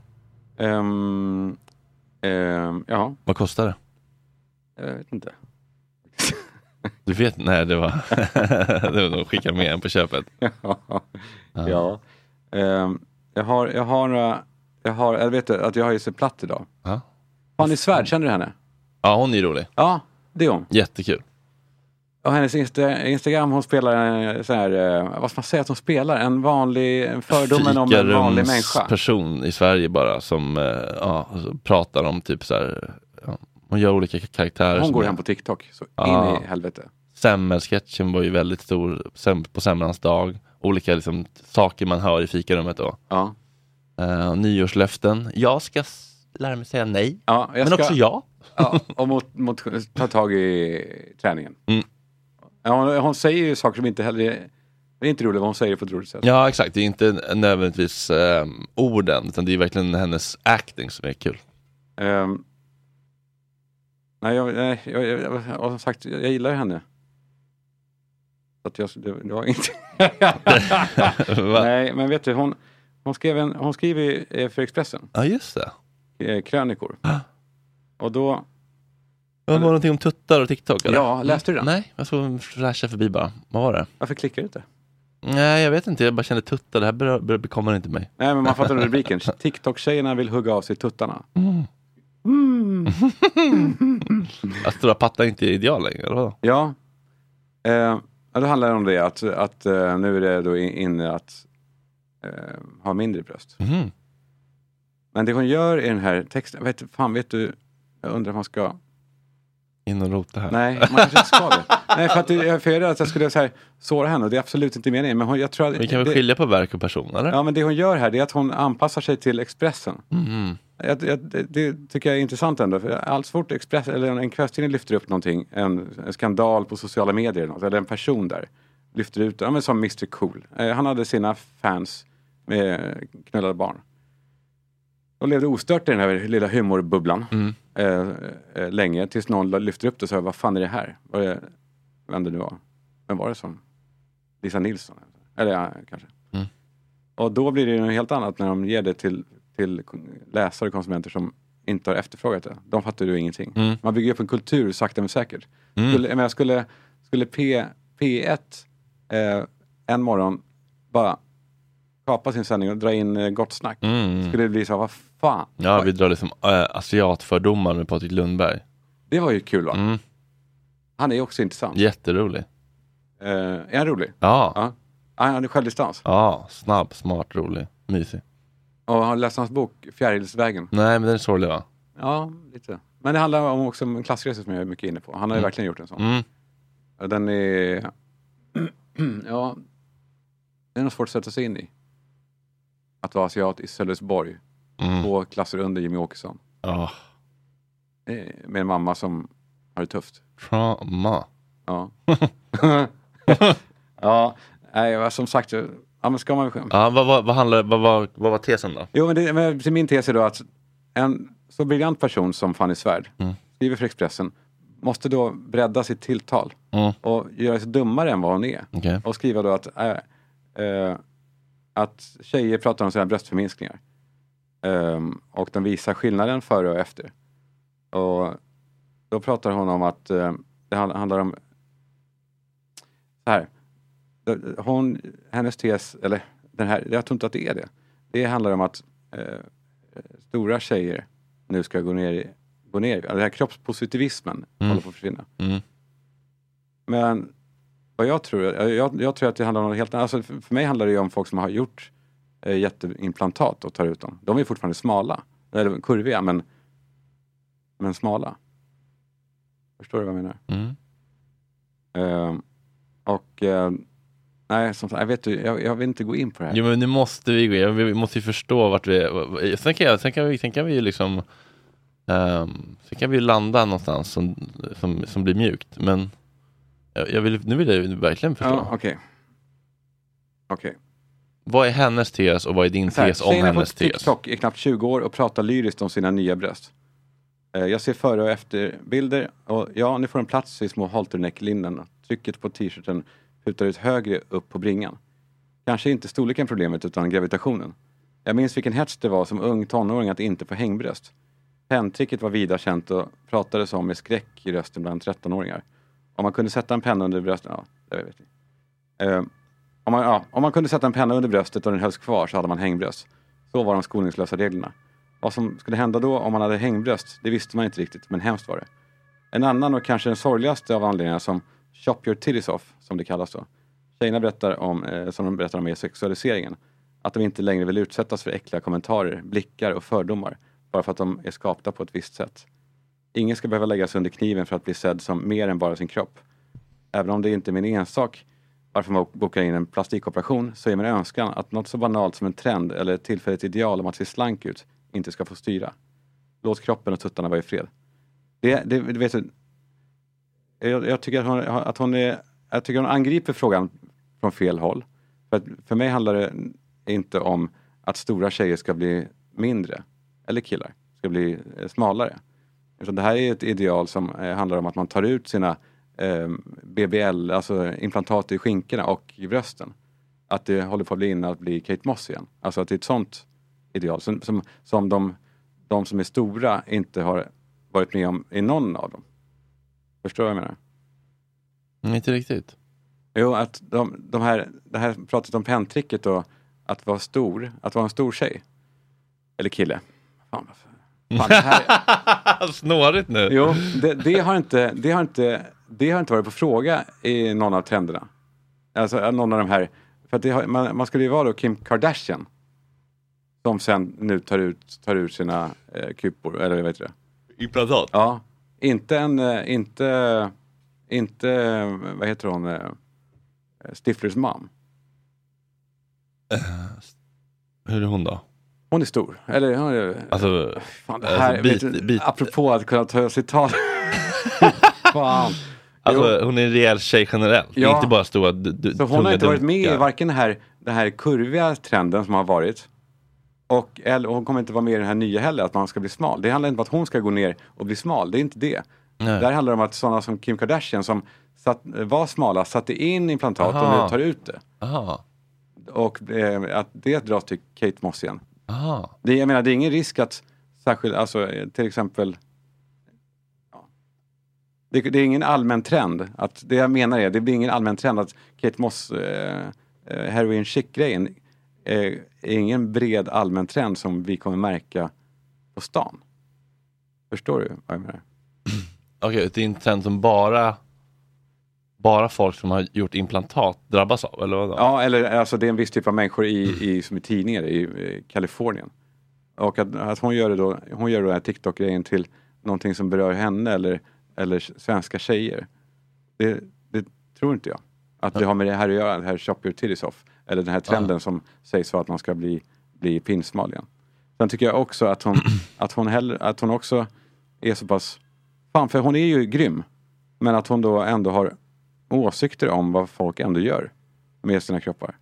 Speaker 4: Ja.
Speaker 6: Vad kostar det?
Speaker 4: Jag vet inte.
Speaker 6: Du vet, nej det var det var nog skicka med en på köpet.
Speaker 4: Ja. Jag vet att jag har ju sett platt idag.
Speaker 6: Ja.
Speaker 4: Fanny Svärd, känner du henne?
Speaker 6: Ja, hon är rolig.
Speaker 4: Ja, det är hon.
Speaker 6: Jättekul.
Speaker 4: Och hennes Instagram, hon spelar så här, vad ska man säga att hon spelar? En vanlig fördomen om en vanlig människa.
Speaker 6: Person i Sverige bara som pratar om typ så här, hon gör olika karaktärer.
Speaker 4: Hon går hem på TikTok, så in i helvete.
Speaker 6: Semmelsketchen var ju väldigt stor på semmelans dag. Olika liksom, saker man hör i fikarummet då.
Speaker 4: Ja.
Speaker 6: Nyårslöften. Jag ska lära mig säga nej.
Speaker 4: Ja,
Speaker 6: men också ja.
Speaker 4: Ja, och ta tag i träningen. Ja, hon säger ju saker som inte heller... Det är inte roligt vad hon säger på ett roligt sätt.
Speaker 6: Ja, exakt. Det är inte nödvändigtvis orden, utan det är verkligen hennes acting som är kul. Nej, jag som sagt, jag gillar ju henne. Så att det var inte... Nej, men vet du, hon skriver för Expressen. Ja, just
Speaker 4: det. Krönikor. Och då...
Speaker 6: Det var någonting om tuttar och TikTok, eller?
Speaker 4: Ja, läste du den?
Speaker 6: Nej, jag såg flasha förbi bara. Vad var det?
Speaker 4: Varför klickar du inte?
Speaker 6: Nej, jag vet inte. Jag bara kände tuttar. Det här bekommer inte mig.
Speaker 4: Nej, men man fattar rubriken. TikTok-tjejerna vill hugga av sig tuttarna.
Speaker 6: Att stora pattar inte är ideal längre, eller vad?
Speaker 4: Ja. Då handlar det om det att nu är det då inne att ha mindre bröst. Men det hon gör i den här texten, vet du, jag undrar om man ska
Speaker 6: in och rota här.
Speaker 4: Nej, man kanske inte ska det. Nej, för att jag är rädd att jag skulle så här såra henne, och det är absolut inte meningen. Men jag tror att
Speaker 6: vi kan väl skilja på verk och person, eller?
Speaker 4: Ja, men det hon gör här, det är att hon anpassar sig till Expressen. Det tycker jag är intressant ändå. För allt fort Expressen eller en kvällstidning lyfter upp någonting, en skandal på sociala medier eller en person där lyfter ut, ja men som Mr. Cool. Han hade sina fans med knullade barn. Och levde ostört i den här lilla humorbubblan länge, tills någon lyfter upp det och sa, vad fan är det här? Vem det nu var. Vem var det som? Lisa Nilsson? Eller ja, kanske. Och då blir det något helt annat när de ger det till läsare och konsumenter som inte har efterfrågat det. De fattar ju ingenting. Man bygger upp en kultur sakta men säkert. Skulle P1 en morgon bara kapa sin sändning och dra in Gott Snack. Skulle det bli så, vad fan?
Speaker 6: Ja, vi drar liksom asiatfördomar med Patrik Lundberg.
Speaker 4: Det var ju kul, va? Han är också intressant.
Speaker 6: Jätterolig.
Speaker 4: Är han rolig?
Speaker 6: Ja.
Speaker 4: Han är självdistans.
Speaker 6: Ja, snabb, smart, rolig, mysig.
Speaker 4: Och har läst hans bok Fjärilsvägen?
Speaker 6: Nej, men den är sorglig, va?
Speaker 4: Ja, lite. Men det handlar om också en klassresa som jag är mycket inne på. Han har ju verkligen gjort en sån. Den är... ja, det är nog svårt att sätta sig in i. Att vara asiat i Sölvesborg. 2 klasser under Jimmy Åkesson. Med en mamma som har det tufft.
Speaker 6: Trauma.
Speaker 4: Ja. Ja, nej, som sagt, ja, men ska man...
Speaker 6: Ja, vad var tesen då?
Speaker 4: Jo, men min tes är då att en så briljant person som Fanny Svärd skriver för Expressen måste då bredda sitt tilltal och göra sig dummare än vad hon är.
Speaker 6: Okay.
Speaker 4: Och skriva då att tjejer pratar om sina bröstförminskningar. Och de visar skillnaden före och efter. Och då pratar hon om att det handlar om så här. Hennes tes, eller den här, jag tror inte att det är det. Det handlar om att stora tjejer nu ska gå ner. Den här kroppspositivismen håller på att försvinna. Men vad jag tror att det handlar om något helt annat. Alltså för mig handlar det ju om folk som har gjort jätteimplantat och tar ut dem. De är fortfarande smala. Eller kurviga, men smala. Förstår du vad jag menar? Nej, som sagt, jag vill inte gå in på det här.
Speaker 6: Jo, men nu måste vi gå in. Vi måste ju förstå vart vi är. Sen kan vi ju liksom sen kan vi landa någonstans som blir mjukt. Men nu vill jag verkligen förstå.
Speaker 4: Ja, okej.
Speaker 6: Vad är hennes tes och vad är din tes om hennes tes?
Speaker 4: TikTok är knappt 20 år och pratar lyriskt om sina nya bröst. Jag ser före och efter bilder och ja, nu får en plats i små halternecklinnen. Trycket på t-shirten putar ut högre upp på bringan. Kanske inte storleken problemet utan gravitationen. Jag minns vilken hets det var som ung tonåring att inte få hängbröst. Penntricket var vida känt och pratades om med skräck i rösten bland 13-åringar. Om man kunde sätta en penna under bröstet, det vet jag. Om man kunde sätta en penna under bröstet och den hölls kvar så hade man hängbröst. Så var de skoningslösa reglerna. Vad som skulle hända då om man hade hängbröst, det visste man inte riktigt, men hemskt var det. En annan och kanske den sorgligaste av anledningarna som Shop Your Titties Off, som det kallas då. Tjejerna berättar om är sexualiseringen. Att de inte längre vill utsättas för äckliga kommentarer, blickar och fördomar. Bara för att de är skapta på ett visst sätt. Ingen ska behöva lägga sig under kniven för att bli sedd som mer än bara sin kropp. Även om det inte är min ensak varför man bokar in en plastikoperation så är min önskan att något så banalt som en trend eller ett tillfälligt ideal om att se slank ut inte ska få styra. Låt kroppen och tuttarna vara i fred. Det vet du, jag tycker att hon angriper frågan från fel håll. För mig handlar det inte om att stora tjejer ska bli mindre eller killar ska bli smalare. Det här är ett ideal som handlar om att man tar ut sina BBL, alltså implantat i skinkorna och i brösten. Att det håller på att bli inne att bli Kate Moss igen. Alltså att det är ett sånt ideal som de som är stora inte har varit med om i någon av dem. Förstår du vad jag menar?
Speaker 6: Inte riktigt.
Speaker 4: Jo, att det här pratet om penntricket och att vara stor, att vara en stor tjej. Eller kille. Fan, det här...
Speaker 6: Snårigt nu.
Speaker 4: Jo, det har inte varit på fråga i någon av trenderna. Alltså någon av de här. För att man skulle ju vara då Kim Kardashian. Som sen nu tar ut sina kupor, eller vet du det?
Speaker 6: Implantat?
Speaker 4: Ja. Inte vad heter hon? Stiflers mom.
Speaker 6: Hur är hon då?
Speaker 4: Hon är stor. Eller hon är,
Speaker 6: alltså,
Speaker 4: fan, det här, apropå att kunna ta citat. Fan.
Speaker 6: Alltså hon är en rejäl tjej generellt. Ja. Inte bara stora
Speaker 4: så hon har inte varit med i varken den här kurviga trenden som har varit. Och hon kommer inte vara med i den här nya heller, att man ska bli smal. Det handlar inte om att hon ska gå ner och bli smal. Det är inte det. Nej. Där handlar det om att sådana som Kim Kardashian som var smala satte in implantat och nu tar ut det.
Speaker 6: Aha.
Speaker 4: Och att det dras till Kate Moss igen. Det är ingen risk att särskilt, alltså till exempel det är ingen allmän trend att det jag menar är, det blir ingen allmän trend att Kate Moss heroin chic-grejen ingen bred allmän trend som vi kommer märka på stan. Förstår du vad jag menar?
Speaker 6: Okej, det är en trend som bara folk som har gjort implantat drabbas av, eller vad då?
Speaker 4: Ja, eller alltså det är en viss typ av människor som är tidningar i Kalifornien. Och att hon gör då den här TikTok-grejen till någonting som berör henne eller svenska tjejer. Det tror inte jag. Att det har med det här att göra, det här shop your titties off. Eller den här trenden som sägs vara att man ska bli pinsmal igen. Sen tycker jag också att hon också är så pass... Fan, för hon är ju grym. Men att hon då ändå har åsikter om vad folk ändå gör med sina kroppar.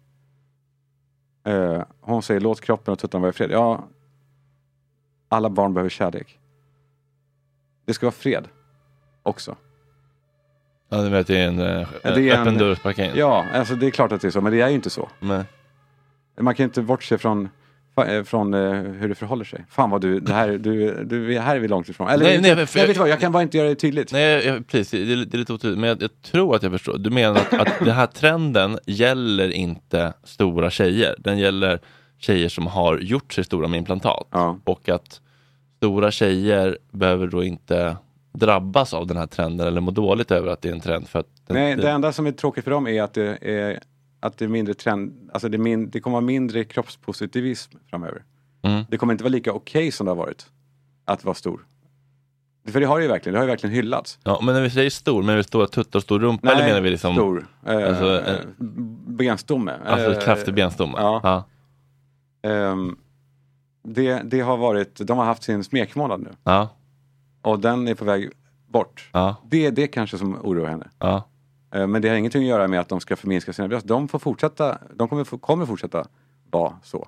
Speaker 4: Hon säger, låt kroppen och tuttarna vara i fred. Ja, alla barn behöver kärlek. Det ska vara fred också.
Speaker 6: Ja, det vet jag är en öppen dörrsparkering.
Speaker 4: Ja, alltså det är klart att det är så, men det är ju inte så.
Speaker 6: Nej.
Speaker 4: Man kan inte bortse från hur det förhåller sig. Fan vad det här är vi långt ifrån. Eller, nej, vet du vad, jag kan bara inte göra det tydligt.
Speaker 6: Nej, precis, det är lite otydligt. Men jag tror att jag förstår. Du menar att den här trenden gäller inte stora tjejer. Den gäller tjejer som har gjort sig stora med implantat.
Speaker 4: Ja.
Speaker 6: Och att stora tjejer behöver då inte drabbas av den här trenden eller må dåligt över att det är en trend. För att
Speaker 4: det enda som är tråkigt för dem är att det är mindre trend, alltså det kommer vara mindre kroppspositivism framöver. Det kommer inte vara lika okej som det har varit att vara stor. För det har ju verkligen hyllats.
Speaker 6: Ja, men när vi säger stor, men vi stora tuttar och stor rumpa, eller menar vi liksom
Speaker 4: stor benstomme.
Speaker 6: Alltså kraftig benstomme.
Speaker 4: Ja. Det har varit, de har haft sin smekmånad nu.
Speaker 6: Ja.
Speaker 4: Och den är på väg bort.
Speaker 6: Ja.
Speaker 4: Det är det kanske som oroar henne.
Speaker 6: Ja.
Speaker 4: Men det har ingenting att göra med att de ska förminska sina bröst. De kommer fortsätta vara så.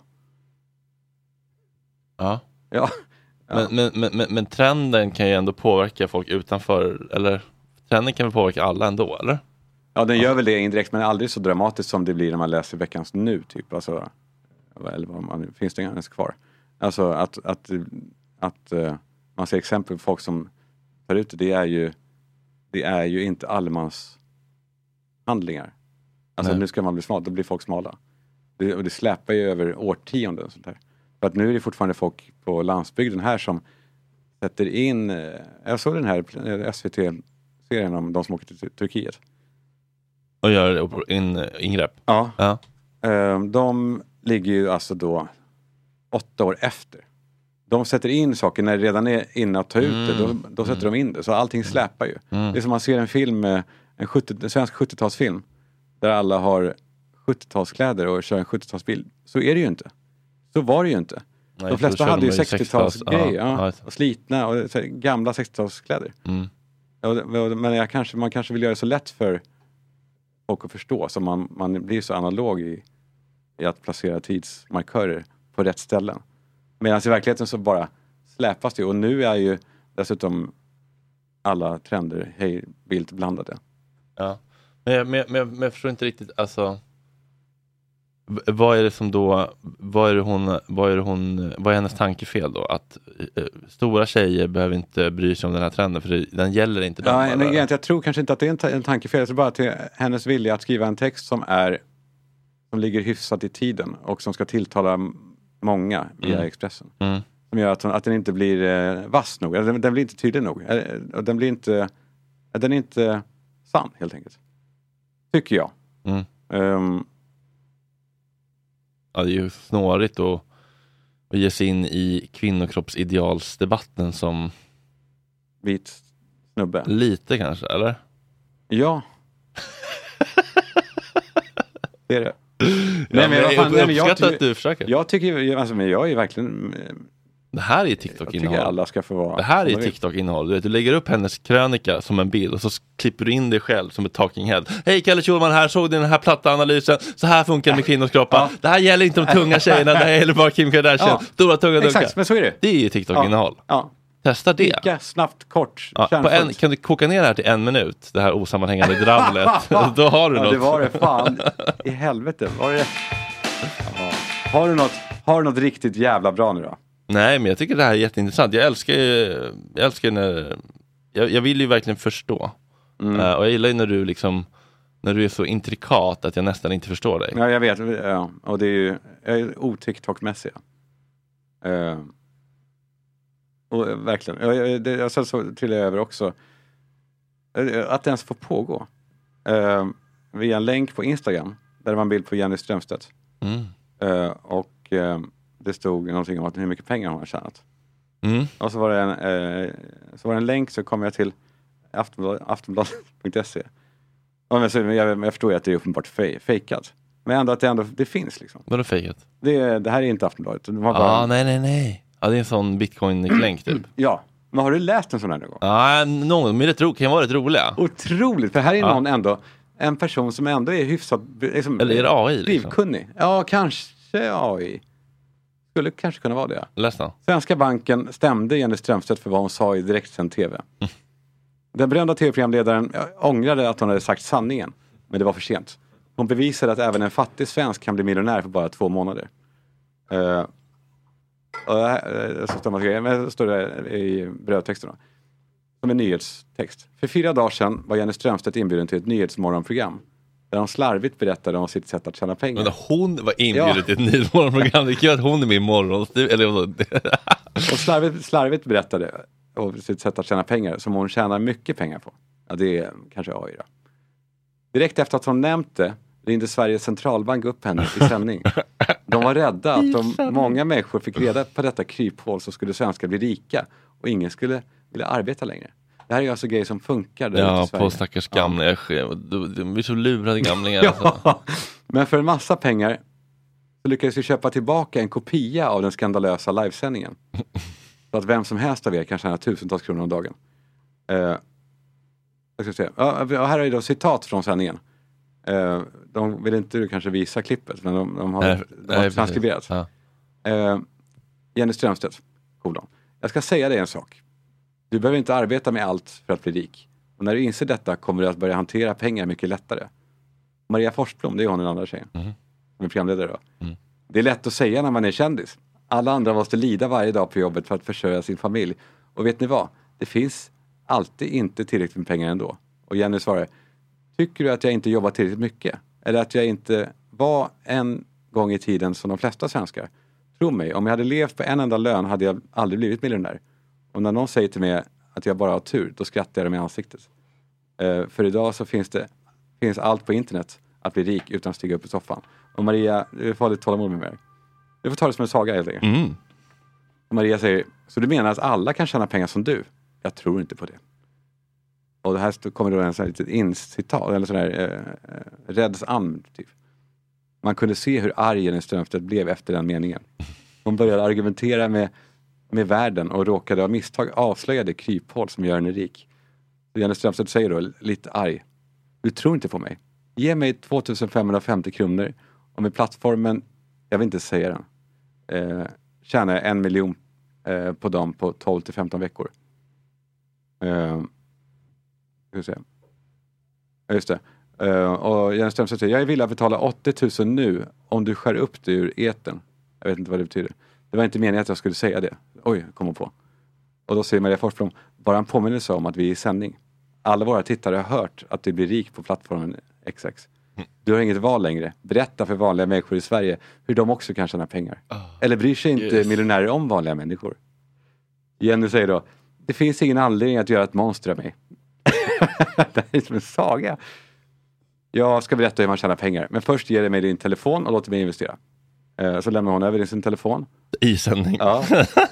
Speaker 6: Ja.
Speaker 4: Ja.
Speaker 6: Men trenden kan ju ändå påverka folk utanför, eller trenden kan väl påverka alla ändå, eller?
Speaker 4: Ja, den gör väl det indirekt, men aldrig så dramatiskt som det blir när man läser Veckans Nu typ. Alltså, eller vad finns det ens kvar? Alltså att man ser exempel på folk som tar ut det är ju inte allmans handlingar. Alltså nu ska man bli smal, då blir folk smala. Och det släpar ju över årtionden och sånt där. För att nu är det fortfarande folk på landsbygden här som sätter in, jag såg den här SVT-serien om de som åker till Turkiet.
Speaker 6: Och gör ingrepp?
Speaker 4: Ja. De ligger ju alltså då 8 år efter. De sätter in saker när det redan är inne att ta ut det. Då sätter de in det. Så allting släpar ju. Det är som man ser en film, en svensk 70-talsfilm. Där alla har 70-talskläder och kör en 70-talsbil. Så är det ju inte. Så var det ju inte. Nej, de flesta hade ju 60-talsgrejer. Och slitna och gamla 60-talskläder. Men man kanske vill göra det så lätt för folk att förstå. Så man blir så analog i att placera tidsmarkörer på rätt ställen. Medan i verkligheten så bara släpas det. Och nu är ju dessutom alla trender vilt blandade.
Speaker 6: Ja. Men jag förstår inte riktigt, alltså vad är det som då, vad är hennes tankefel då? Att stora tjejer behöver inte bry sig om den här trenden, för den gäller inte dem.
Speaker 4: Ja, jag tror kanske inte att det är en tankefel. Jag tror bara till hennes vilja att skriva en text som ligger hyfsat i tiden och som ska tilltala många via Expressen. Som gör att den inte blir vass nog. Eller den blir inte tydlig nog. Den är inte sann, helt enkelt. Tycker jag.
Speaker 6: Ja, det är ju snårigt att ge sig in i kvinnokroppsidealsdebatten som
Speaker 4: vit snubbe.
Speaker 6: Lite kanske, eller?
Speaker 4: Ja. Det är det.
Speaker 6: Jag uppskattar att du försöker.
Speaker 4: Jag tycker, alltså, men jag är verkligen...
Speaker 6: Det här är TikTok-innehåll.
Speaker 4: Jag tycker alla ska få vara...
Speaker 6: Det här är TikTok-innehåll. Du lägger upp hennes krönika som en bild och så klipper du in dig själv som ett talking head. Hej, Kalle Schulman här, såg du den här platta-analysen? Så här funkar det med kvinnors kroppar. Ja. Det här gäller inte de tunga tjejerna, det här gäller bara Kim Kardashian. Ja. Stora, tunga dunkar.
Speaker 4: Exakt, men så är det.
Speaker 6: Det är ju TikTok-innehåll.
Speaker 4: Ja.
Speaker 6: Testa det.
Speaker 4: Lika snabbt, kort,
Speaker 6: kan du koka ner det här till 1 minut? Det här osammanhängande dravlet. Då har du något.
Speaker 4: Det var det fan. I helvete. Var det... Har du något riktigt jävla bra nu då?
Speaker 6: Nej, men jag tycker det här är jätteintressant. Jag älskar när... Jag vill ju verkligen förstå. Och jag gillar ju när du liksom När du är så intrikat att jag nästan inte förstår dig.
Speaker 4: Ja, jag vet. Ja. Och det är ju otiktok-mässig. Och verkligen. Jag sen så trillade jag över också. Att det ens får pågå. Via en länk på Instagram. Där det var en bild på Jenny Strömstedt. Och det stod någonting om hur mycket pengar hon har tjänat. Och så var det en länk, så kom jag till aftonbladet.se. Jag förstår ju att det är uppenbart fejkat. Men ändå att det finns liksom.
Speaker 6: Vad är det fejkat?
Speaker 4: Det här är inte Aftonbladet.
Speaker 6: Nej. Ja, det är en sån bitcoin-klänk typ.
Speaker 4: Ja. Men har du läst en sån här någon gång?
Speaker 6: Ja, någon. Men det kan vara rätt roliga.
Speaker 4: Otroligt, för här är någon ändå, en person som ändå är hyfsat liksom,
Speaker 6: eller är det AI liksom?
Speaker 4: Drivkunnig. Ja, kanske AI. Skulle kanske kunna vara det.
Speaker 6: Läsna.
Speaker 4: Svenska banken stämde Jenny Strömstedt för vad hon sa i direktsänd tv. Den berömda tv-programledaren ångrade att hon hade sagt sanningen. Men det var för sent. Hon bevisade att även en fattig svensk kan bli miljonär för bara 2 månader. Så står det i brödtexten då. Som en nyhetstext. För 4 dagar sedan var Jenny Strömstedt inbjuden till ett nyhetsmorgonprogram. Där hon slarvigt berättade om sitt sätt att tjäna pengar.
Speaker 6: Men hon var inbjuden till ett nyhetsmorgonprogram. Det är kul att hon är med imorgon.
Speaker 4: Och slarvigt berättade om sitt sätt att tjäna pengar. Som hon tjänar mycket pengar på. Ja, det är kanske AI då. Direkt efter att hon nämnt det ringde Sveriges centralbank upp henne i sändning. De var rädda att om många människor fick reda på detta kryphål så skulle svenskar bli rika och ingen skulle vilja arbeta längre. Det här är alltså grejer som funkar där
Speaker 6: ja,
Speaker 4: ute i Sverige.
Speaker 6: På stackars gamla. De blir så lurade gamlingar.
Speaker 4: Ja.
Speaker 6: Alltså.
Speaker 4: Men för en massa pengar så lyckades vi köpa tillbaka en kopia av den skandalösa livesändningen. Så att vem som helst av er kan tjäna tusentals kronor om dagen. Jag ska se. Här är då citat från sändningen. De vill inte du kanske visa klippet, men de har transkriberat. Ja. Jenny Strömstedt, jag ska säga dig en sak. Du behöver inte arbeta med allt för att bli rik. Och när du inser detta kommer du att börja hantera pengar mycket lättare. Maria Forsblom, det är hon den andra tjejen. Som är programledare då. Det är lätt att säga när man är kändis. Alla andra måste lida varje dag på jobbet för att försörja sin familj. Och vet ni vad? Det finns alltid inte tillräckligt med pengar ändå. Och Jenny svarar: tycker du att jag inte jobbar tillräckligt mycket? Eller att jag inte var en gång i tiden som de flesta svenskar? Tro mig, om jag hade levt på en enda lön hade jag aldrig blivit miljonär. Och när någon säger till mig att jag bara har tur, då skrattar jag dem i ansiktet. För idag så finns allt på internet att bli rik utan att stiga upp i soffan. Och Maria, du får ha lite tålamod med mig. Du får ta det som en saga helt enkelt. Och Maria säger: så du menar att alla kan tjäna pengar som du? Jag tror inte på det. Och det här kommer då en sån här litet incitat, eller sån här räddsam typ. Man kunde se hur arg Jenny Strömstedt blev efter den meningen. Hon började argumentera med världen och råkade av misstag avslöja det kryphål som gör henne rik. Så Jenny Strömstedt säger då lite arg: du tror inte på mig. Ge mig 2550 kronor och med plattformen, jag vill inte säga den, tjänar 1 miljon på dem på 12-15 veckor. Just det. Och Jenny Strömstedt säger: jag är villig att betala 80 000 nu om du skär upp det ur etern. Jag vet inte vad det betyder. Det var inte meningen att jag skulle säga det. Oj, kom på. Och då säger Maria Forsblom: bara en påminnelse om att vi är i sändning. Alla våra tittare har hört att du blir rik på plattformen XX. Du har inget val längre. Berätta för vanliga människor i Sverige hur de också kan tjäna pengar. Eller bryr sig inte miljonärer om vanliga människor? Jenny säger då: det finns ingen anledning att göra ett monster av mig. Det är som en saga. Jag ska berätta hur man tjänar pengar. Men först ger det mig din telefon och låter mig investera. Så lämnar hon över sin telefon.
Speaker 6: I sändning.
Speaker 4: Ja.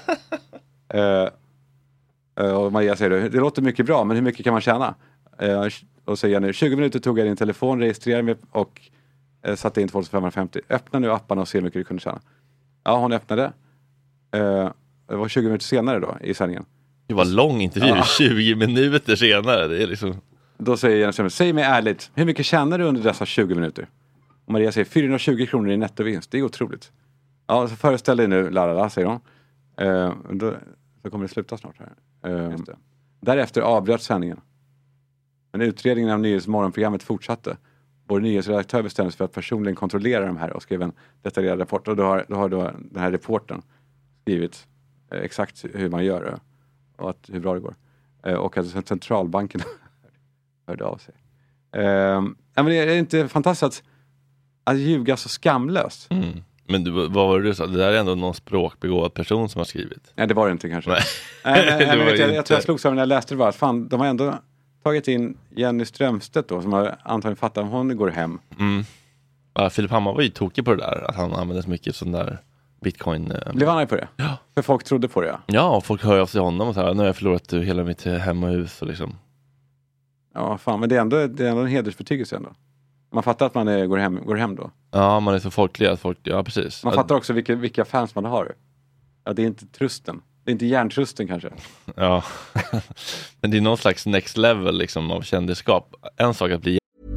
Speaker 4: Och Maria säger då: det låter mycket bra, men hur mycket kan man tjäna? Och säger nu: 20 minuter tog jag din telefon, registrerade mig och satte in 2550. Öppna nu apparna och se hur mycket du kunde tjäna. Ja, hon öppnade. Det var 20 minuter senare då i sändningen.
Speaker 6: Det var lång intervju, 20 minuter senare. Det är liksom...
Speaker 4: Då säger Jenny: säg mig ärligt, hur mycket tjänar du under dessa 20 minuter? Och Maria säger: 420 kronor i nettovinst, det är otroligt. Ja, så föreställ dig nu, Lara, säger hon. Då kommer det sluta snart här. Just det. Därefter avbröt sändningen. Men utredningen av nyhetsmorgonprogrammet fortsatte. Vår nyhetsredaktör bestämde sig för att personligen kontrollera de här och skrev en detaljerad rapport. Och då har den här reportern skrivit exakt hur man gör och hur bra det går. Och att centralbanken hörde av sig. Men det är inte fantastiskt att ljuga så skamlöst.
Speaker 6: Men vad var det du sa? Det där är ändå någon språkbegåvad person som har skrivit.
Speaker 4: Nej, det var det inte kanske. Jag tror jag slogs av när jag läste det bara. Fan, de har ändå tagit in Jenny Strömstedt då, som har antagligen fattat om hon går hem.
Speaker 6: Ja, Filip Hammar var ju tokig på det där. Att han använde så mycket sån där bitcoin.
Speaker 4: Blev han arg på det?
Speaker 6: Ja.
Speaker 4: För folk trodde på det, ja.
Speaker 6: Ja, och folk hör av sig honom och så här, nu har jag förlorat hela mitt hem och hus och liksom.
Speaker 4: Ja, fan, men det är ändå en hedersbetygelse ändå. Man fattar att man går hem då.
Speaker 6: Ja, man är så folklig att folk, ja precis.
Speaker 4: Man fattar också vilka fans man har. Ja, det är inte trusten. Det är inte järntrusten kanske.
Speaker 6: Ja, men det är någon slags next level liksom av kändisskap. En sak att bli.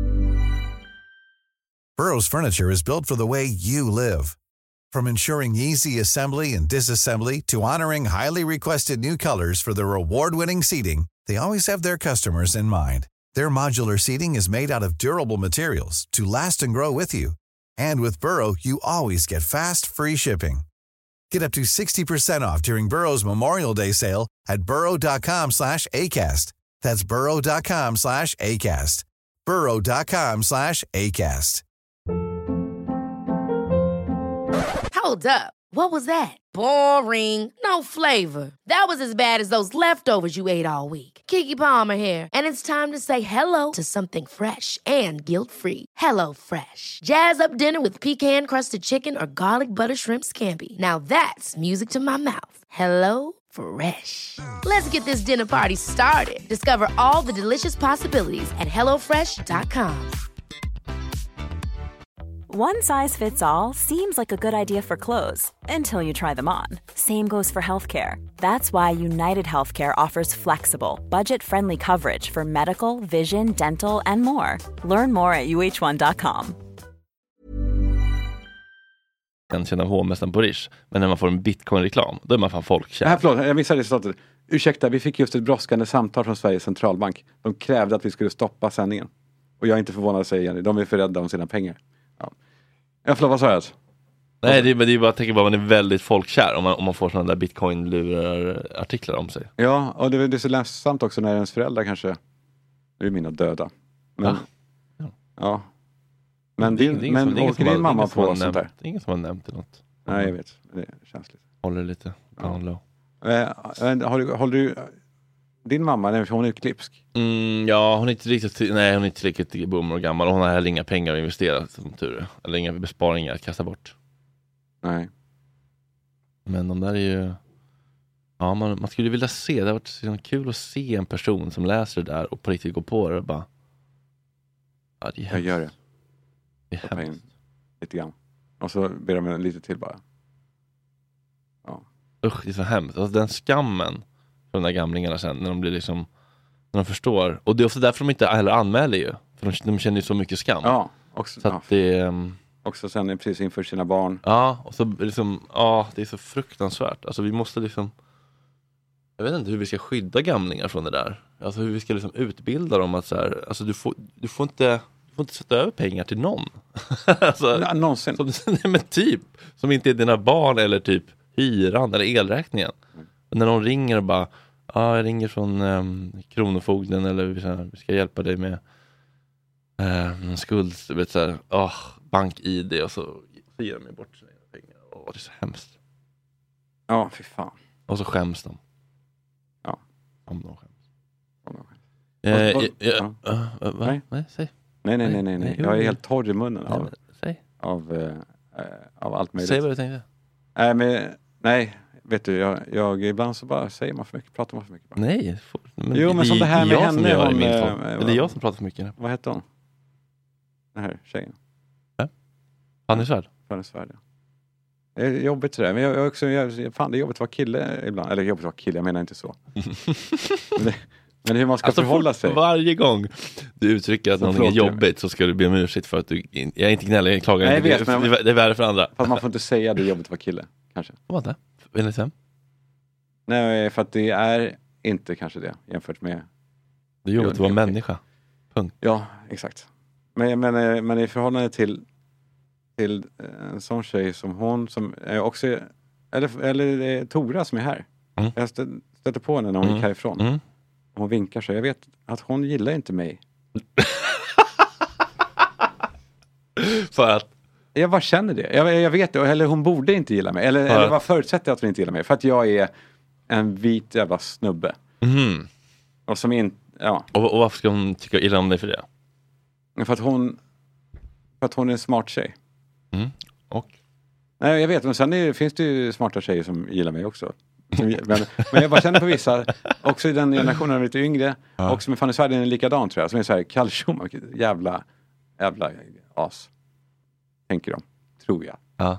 Speaker 7: Burrow's furniture is built for the way you live. From ensuring easy assembly and disassembly to honoring highly requested new colors for their award-winning seating, they always have their customers in mind. Their modular seating is made out of durable materials to last and grow with you. And with Burrow, you always get fast, free shipping. Get up to 60% off during Burrow's Memorial Day sale at burrow.com/ACAST. That's burrow.com/ACAST. burrow.com/ACAST.
Speaker 8: Hold up. What was that? Boring. No flavor. That was as bad as those leftovers you ate all week. Keke Palmer here, and it's time to say hello to something fresh and guilt-free. Hello Fresh. Jazz up dinner with pecan-crusted chicken or garlic butter shrimp scampi. Now that's music to my mouth. Hello Fresh. Let's get this dinner party started. Discover all the delicious possibilities at hellofresh.com.
Speaker 9: One size fits all seems like a good idea for clothes until you try them on. Same goes for healthcare. That's why United Healthcare offers flexible, budget-friendly coverage for medical, vision, dental, and more. Learn more at uh1.com.
Speaker 6: kan känna hovmästaren på Rish. Men när man får en bitcoin-reklam, då är man fan folkkär.
Speaker 4: Förlåt, jag missade resultatet. Ursäkta, vi fick just ett brådskande samtal från Sveriges centralbank. De krävde att vi skulle stoppa sändningen. Och jag är inte förvånad, säger Jenny. De är för rädda om sina pengar. Ja. Förlåt, vad sa jag?
Speaker 6: Nej, det är bara, jag tänker bara, man är väldigt folkkär om man får sådana där bitcoin-lurar-artiklar om sig.
Speaker 4: Ja, och det är så ledsamt också när ens föräldrar kanske, nu är mina döda. Men, ja. Men din mamma på sånt där?
Speaker 6: Det är ingen som har nämnt något.
Speaker 4: Nej, jag vet. Det är känsligt.
Speaker 6: Håller lite down low.
Speaker 4: Håller du din mamma, hon är klipsk?
Speaker 6: Ja, hon är inte riktigt boomer och gammal. Och hon har heller inga pengar att investera, som tur är. Eller inga besparingar att kasta bort.
Speaker 4: Nej.
Speaker 6: Men de där är ju... Ja, man skulle vilja se. Det har varit så kul att se en person som läser det där och på riktigt går på det och bara... Ja, det är
Speaker 4: jag gör det.
Speaker 6: Det är hemskt.
Speaker 4: Lite grann. Och så ber de lite till bara. Ja.
Speaker 6: Usch, det är så hemskt. Alltså, den skammen för de där gamlingarna sen, när de blir liksom... När de förstår. Och det är ofta därför de inte heller anmäler ju. För de känner ju så mycket skam.
Speaker 4: Ja, också.
Speaker 6: Så att det...
Speaker 4: Också sen precis inför sina barn.
Speaker 6: Ja, och så liksom... Ja, det är så fruktansvärt. Alltså vi måste liksom... Jag vet inte hur vi ska skydda gamlingar från det där. Alltså hur vi ska liksom utbilda dem att så här... Alltså du får inte sätta över pengar till någon. Alltså,
Speaker 4: någonsin.
Speaker 6: Nej, men typ. Som inte är dina barn eller typ hyran eller elräkningen. Och när någon ringer och bara... Ja, jag ringer från Kronofogden eller vi ska hjälpa dig med en skuld. Vet, så här, bank-ID och så ger de mig bort sina pengar. Det är så hemskt.
Speaker 4: Ja, fy fan.
Speaker 6: Och så skäms de.
Speaker 4: Ja.
Speaker 6: Om de skäms.
Speaker 4: Nej,
Speaker 6: säg.
Speaker 4: Nej. Jag är helt torr i munnen av allt möjligt.
Speaker 6: Säg vad du tänkte.
Speaker 4: Nej, vet du, jag ibland så bara säger man för mycket, pratar man för mycket. Bara.
Speaker 6: Nej.
Speaker 4: Men som det här med henne.
Speaker 6: Eller jag som pratar för mycket.
Speaker 4: Vad heter hon? Den här tjejen.
Speaker 6: Fanny Svärd.
Speaker 4: Ja. Det är jobbigt sådär. Men jag också, fan det är jobbigt att vara kille ibland. Eller jobbigt att vara kille, jag menar inte så. Men hur man ska förhålla sig.
Speaker 6: Varje gång du uttrycker att någonting är jobbigt så ska du be om ursäkt för att du... Jag är inte gnällig, jag klagar inte. Det är värre för andra.
Speaker 4: Fast man får inte säga att det är jobbigt att vara kille, kanske.
Speaker 6: Vad det? Vill ni säga?
Speaker 4: Nej, för att det är inte kanske det jämfört med...
Speaker 6: Det är jobbigt att vara människa. Punkt.
Speaker 4: Ja, exakt. Men i förhållande till en sån tjej som hon, som är också... Eller Tora som är här. Jag stötte på henne när hon gick härifrån. Hon vinkar så. Jag vet att hon gillar inte mig.
Speaker 6: För att
Speaker 4: jag bara känner det. Jag vet det. Eller hon borde inte gilla mig. Eller vad förutsätter jag att hon inte gillar mig? För att jag är en vit jävla snubbe.
Speaker 6: Mm.
Speaker 4: Och som inte... Ja.
Speaker 6: Och varför ska hon tycka illa om dig för det?
Speaker 4: För att hon är en smart tjej.
Speaker 6: Mm. Och?
Speaker 4: Nej, jag vet. Men sen finns det ju smarta tjejer som gillar mig också. Men jag bara känner på vissa, också i den generationen lite yngre, och som är fan i Sverige är likadan tror jag, som är så här kalltjommar, jävla as. Tänker de, tror jag.
Speaker 6: Ja.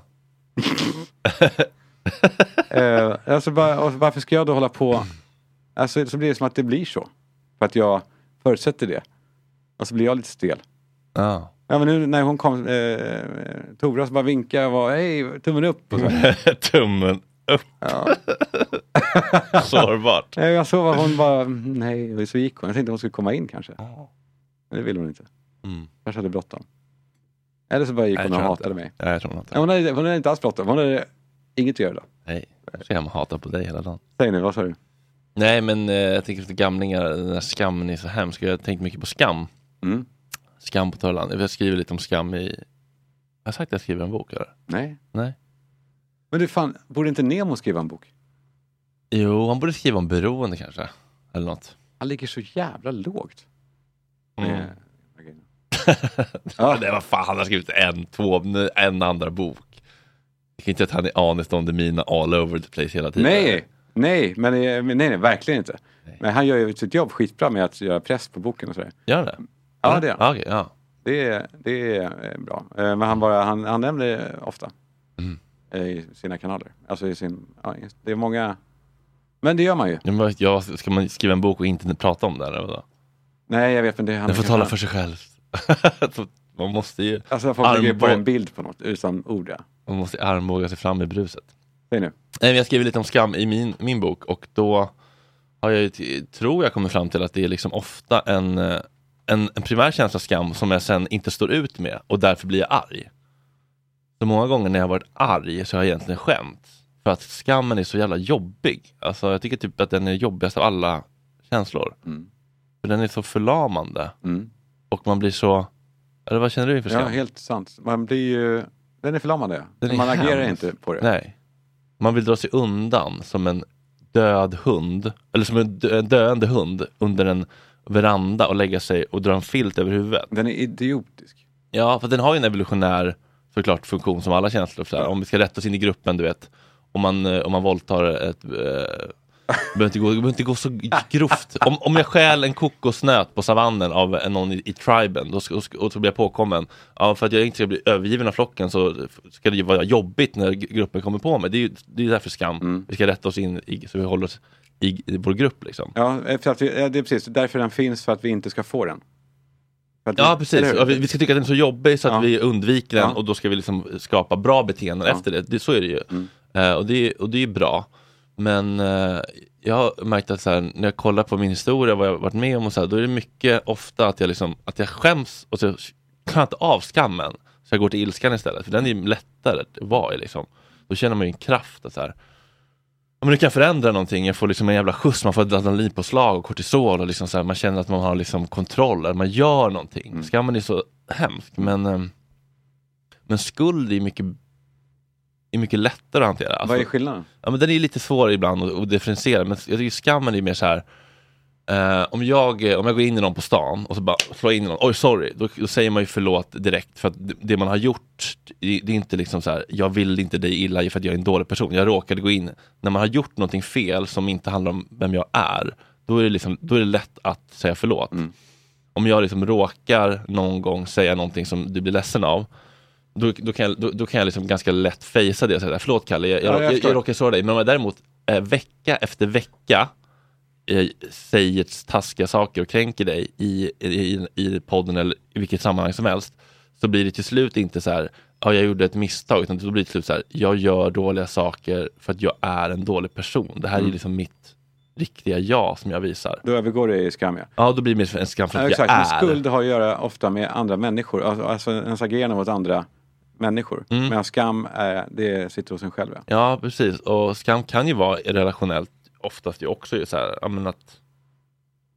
Speaker 4: Alltså varför ska jag då hålla på? Alltså så blir det som att det blir så. För att jag förutsätter det. Och så blir jag lite stel.
Speaker 6: Ja.
Speaker 4: Ja, men nu när hon kom, Tora så bara vinkade och var, hej, tummen upp. Och så.
Speaker 6: Tummen upp.
Speaker 4: Ja.
Speaker 6: Sårbart.
Speaker 4: Jag såg att hon bara, nej, och så gick hon. Jag tänkte hon skulle komma in kanske. Men det ville hon inte. Kanske hade bråttom. Eller så bara gick hon och hatade mig.
Speaker 6: Ja, jag tror hon
Speaker 4: hatade. Hon hade inte alls bråttom. Hon hade inget att göra då.
Speaker 6: Nej, så jag hatar på dig hela dagen.
Speaker 4: Säg nu, vad sa du?
Speaker 6: Nej, men jag tänker efter gamlingar, den här skammen är så hemsk. Jag har tänkt mycket på skam.
Speaker 4: Mm.
Speaker 6: Skam på Törland. Jag skriver lite om skam i... Jag har sagt att jag skriver en bok, eller?
Speaker 4: Nej.
Speaker 6: Nej.
Speaker 4: Men du fan, borde inte Nemo skriva en bok?
Speaker 6: Jo, han borde skriva om beroende kanske. Eller något.
Speaker 4: Han ligger så jävla lågt.
Speaker 6: Ja. Det var fan, han har skrivit en andra bok. Jag kan inte att han är honest on the mina all over the place hela tiden. Nej, verkligen inte. Nej. Men han gör ju sitt jobb skitbra med att göra press på boken och sådär. Gör det?
Speaker 4: Ja, det är han.
Speaker 6: Okay, ja.
Speaker 4: Det är bra. Men han nämner det ofta. I sina kanaler. Alltså det är många... Men det gör man ju.
Speaker 6: Ska man skriva en bok och inte prata om det eller vad?
Speaker 4: Nej, jag vet, men det är han.
Speaker 6: Den får tala för sig själv. Man måste ju...
Speaker 4: Alltså folk lägger på en bild på något utan ord, ja.
Speaker 6: Man måste armbåga sig fram i bruset.
Speaker 4: Säg nu.
Speaker 6: Jag skriver lite om skam i min bok, och då har jag tror jag kommer fram till att det är liksom ofta en primär känsla skam som jag sen inte står ut med, och därför blir jag arg. Så många gånger när jag har varit arg så har jag egentligen skämt. För att skammen är så jävla jobbig. Alltså jag tycker typ att den är jobbigast av alla känslor. För den är så förlamande. Och man blir så... Eller vad känner du inför skam?
Speaker 4: Ja, helt sant. Man blir ju... Den är förlamande. Man agerar inte på det.
Speaker 6: Nej. Man vill dra sig undan som en död hund. Eller som en döende hund under en veranda och lägga sig och dra en filt över huvudet.
Speaker 4: Den är idiotisk.
Speaker 6: Ja, för den har ju en evolutionär såklart funktion som alla känslor. Så här, om vi ska rätta oss in i gruppen, du vet. Om man våldtar ett... behöver inte gå så grovt. Om jag stjäl en kokosnöt på savannen av någon i triben, och så blir jag påkommen. Ja, för att jag inte ska bli övergiven av flocken, så ska det ju vara jobbigt när gruppen kommer på mig. Det är ju därför skam. Vi ska rätta oss in så vi håller oss i vår grupp liksom.
Speaker 4: Ja, för att det är precis därför den finns, för att vi inte ska få den.
Speaker 6: Ja, precis. Vi ska tycka att den är så jobbig så att vi undviker den, och då ska vi liksom skapa bra beteenden efter det. Så är det ju. Och det är bra. Men jag har märkt att så här, när jag kollar på min historia, vad jag har varit med om och så här, då är det mycket ofta att jag skäms och så klarar inte av skammen. Så jag går till ilskan istället. För den är ju lättare att vara i liksom. Då känner man ju en kraft att så här, men du kan förändra någonting. Jag får liksom en jävla skjuts, man får adrenalinpåslag och kortisol och liksom så här, man känner att man har liksom kontroll, att man gör någonting. Skammen är så hemsk, men skuld är mycket lättare att hantera. Alltså,
Speaker 4: vad är skillnaden?
Speaker 6: Ja, men den är lite svår ibland att differentiera, men jag tycker skammen är mer så här. Om jag går in i någon på stan och så bara slår in i någon, oj sorry, då säger man ju förlåt direkt, för att det man har gjort, det är inte liksom så här, jag vill inte dig illa för att jag är en dålig person, jag råkade gå in. När man har gjort någonting fel som inte handlar om vem jag är, då är det lätt att säga förlåt. Om jag liksom råkar någon gång säga någonting som du blir ledsen av, då kan jag liksom ganska lätt fejsa det och säga, förlåt Kalle, jag råkar såra dig. Men om jag däremot vecka efter vecka säger taskiga saker och kränker dig i podden eller i vilket sammanhang som helst, så blir det till slut inte så här, ja, jag gjorde ett misstag, utan då blir det till slut så här, jag gör dåliga saker för att jag är en dålig person. Det här är liksom mitt riktiga jag som jag visar.
Speaker 4: Då övergår det i skam, ja.
Speaker 6: Ja, då blir det mer en skam för att jag är.
Speaker 4: Men skuld har att göra ofta med andra människor, alltså ens agerande mot andra människor. Men skam det sitter hos en själv.
Speaker 6: Ja, precis. Och skam kan ju vara relationellt oftast ju också så här, att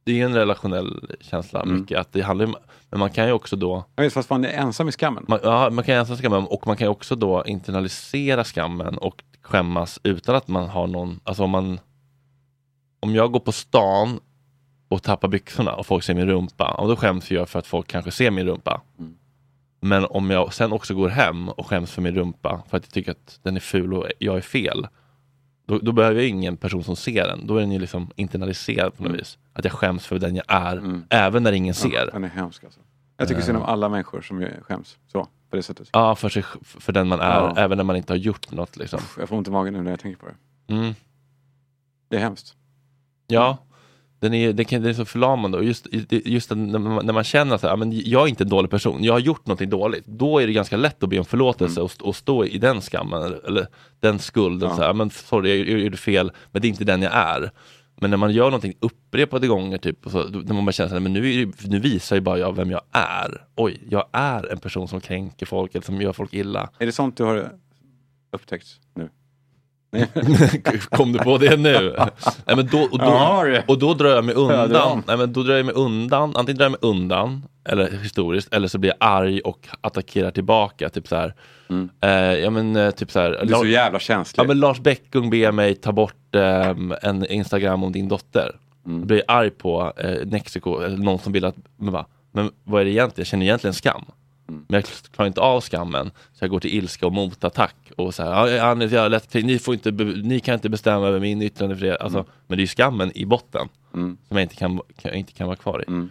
Speaker 6: Det är en relationell känsla mycket. Att det handlar, men man kan ju också då...
Speaker 4: Jag vet, fast man är ensam i skammen.
Speaker 6: Man kan ensam i skammen. Och man kan ju också då internalisera skammen och skämmas utan att man har någon... Alltså om jag går på stan och tappar byxorna och folk ser min rumpa, och då skäms jag för att folk kanske ser min rumpa. Men om jag sen också går hem och skäms för min rumpa för att jag tycker att den är ful och jag är fel, då behöver jag ingen person som ser den. Då är den ju liksom internaliserad på något vis. Att jag skäms för den jag är, även när ingen ser.
Speaker 4: Den är hemsk alltså. Jag tycker synd om alla människor som skäms så, på det sättet.
Speaker 6: Ja, för den man är, även när man inte har gjort något liksom.
Speaker 4: Jag får ont i magen nu när jag tänker på det. Det är hemskt.
Speaker 6: Ja, det är så förlamande. Och just när man känner att men jag är inte en dålig person, jag har gjort något dåligt, då är det ganska lätt att be om förlåtelse och stå i den skammen eller den skulden. Så här, men sorry, jag gjorde fel, men det är inte den jag är. Men när man gör någonting upprepade gånger typ, och så, när man bara känner men nu visar ju bara jag vem jag är. Oj, jag är en person som kränker folk eller som gör folk illa.
Speaker 4: Är det sånt du har upptäckt nu?
Speaker 6: Kom du på det nu? Nej, men då drar jag mig undan. Nej, men då drar jag mig undan. Antingen drar jag mig undan eller historiskt, eller så blir jag arg och attackerar tillbaka typ så här. Typ så här.
Speaker 4: Du är så jävla känslig.
Speaker 6: Ja, men Lars Bäckung ber mig ta bort en Instagram om din dotter. Jag blir arg på Nexiko eller någon som vill att men vad är det egentligen? Jag känner egentligen skam. Men jag klarar inte av skammen, så jag går till ilska och motattack och så här, ni kan inte bestämma över min yttrandefrihet. Alltså, men det är ju skammen i botten som jag inte kan vara kvar i.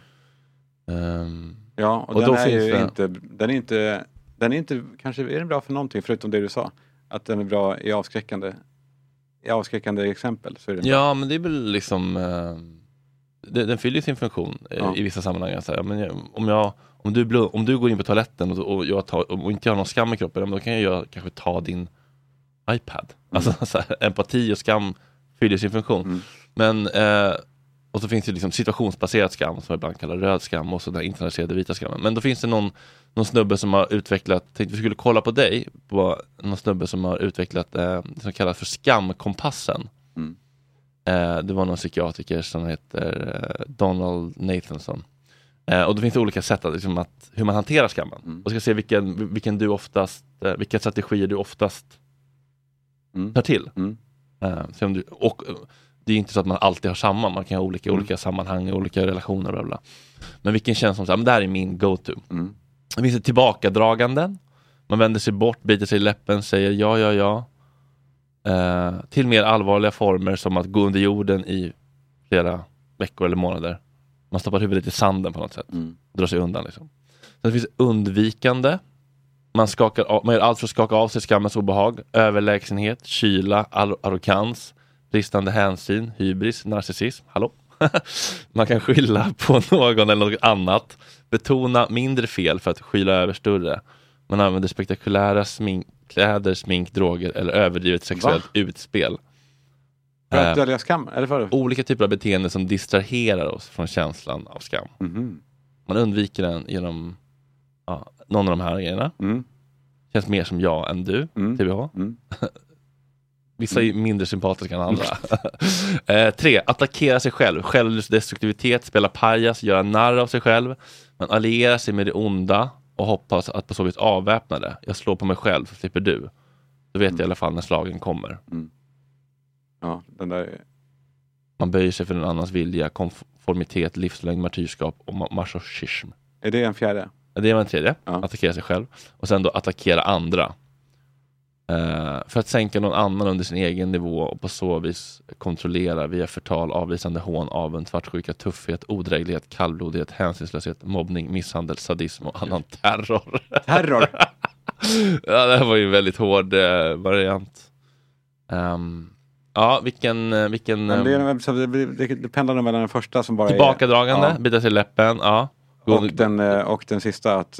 Speaker 4: Ja, och den är ju inte kanske är den bra för någonting förutom det du sa, att den är bra i avskräckande exempel, så är det bra.
Speaker 6: Ja, men det är väl liksom den fyller sin funktion i vissa sammanhang. Så här, men om du går in på toaletten och inte har någon skam i kroppen, då kan jag kanske ta din iPad. Alltså så här, empati och skam fyller sin funktion. Men och så finns det liksom situationsbaserad skam som ibland kallar röd skam, och så den internaliserade vita skammen. Men då finns det någon snubbe som har utvecklat, tänkte vi skulle kolla på dig, på någon snubbe som har utvecklat det som kallas för skamkompassen. Det var någon psykiatriker som heter Donald Nathanson. Och det finns olika sätt att hur man hanterar skammen. Och ska se vilken du oftast, vilka strategier du oftast tar till. Och det är inte så att man alltid har samma. Man kan ha olika sammanhang, olika relationer. Bla bla. Men vilken känns som så här, men det här är min go-to. Det finns ett tillbakadragande. Man vänder sig bort, biter sig i läppen, säger ja. Till mer allvarliga former som att gå under jorden i flera veckor eller månader. Man stoppar huvudet i sanden på något sätt. Drar sig undan liksom. Sen det finns undvikande. Man gör allt för att skaka av sig skammens obehag. Överlägsenhet, kyla, arrogans, bristande hänsyn, hybris, narcissism. Hallå? Man kan skylla på någon eller något annat. Betona mindre fel för att skyla över större. Man använder spektakulära kläder, smink, droger eller överdrivet sexuellt utspel.
Speaker 4: För att dölja skam? Eller för?
Speaker 6: Olika typer av beteende som distraherar oss från känslan av skam. Man undviker den genom någon av de här grejerna. Känns mer som jag än du, TBH. Vissa är mindre sympatiska än andra. 3. Attackera sig själv. Självdestruktivitet, spela pajas, göra narr av sig själv. Man allierar sig med det onda och hoppas att på så vis avväpna det. Jag slår på mig själv, så slipper du. Då vet jag i alla fall när slagen kommer.
Speaker 4: Ja, den där är...
Speaker 6: Man böjer sig för en annans vilja, konformitet, livslängd, martyrskap och masochism.
Speaker 4: Är det en fjärde?
Speaker 6: Det är en tredje. Attackera sig själv. Och sen då attackera andra. För att sänka någon annan under sin egen nivå och på så vis kontrollera via förtal, avvisande hån, avund, svartsjuka, tuffhet, odräglighet, kallblodighet, hänsynslöshet, mobbning, misshandel, sadism och annan terror.
Speaker 4: Terror?
Speaker 6: Ja, det här var ju en väldigt hård variant. Ja, vilken
Speaker 4: det pendlar nog mellan den första som bara
Speaker 6: tillbakadragande,
Speaker 4: är...
Speaker 6: bita sig i läppen, ja.
Speaker 4: Och den sista att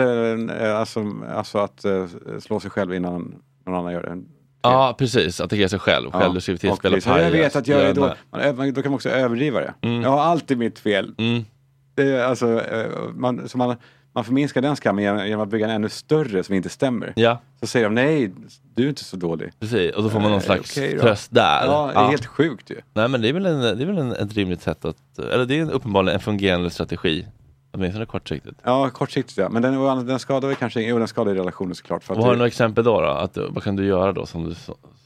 Speaker 4: att slå sig själv innan någon annan gör det.
Speaker 6: Ja, precis. Attackera sig själv. Självdestruktivitet, spela pajas.
Speaker 4: Jag vet att jag är då kan man också överdriva det. Jag har alltid mitt fel. Det är, alltså, man förminskar den skammen genom att bygga en ännu större som inte stämmer.
Speaker 6: Ja.
Speaker 4: Så säger de, nej, du är inte så dålig.
Speaker 6: Precis, och då får man någon slags tröst där.
Speaker 4: Ja, det är helt sjukt ju.
Speaker 6: Nej, men det är väl ett rimligt sätt att, eller det är uppenbarligen en fungerande strategi. Åtminstone kortsiktigt.
Speaker 4: Ja, kortsiktigt ja. Men den skadar väl kanske, den skadar i relationen såklart. För
Speaker 6: har du några exempel då? Vad kan du göra då som du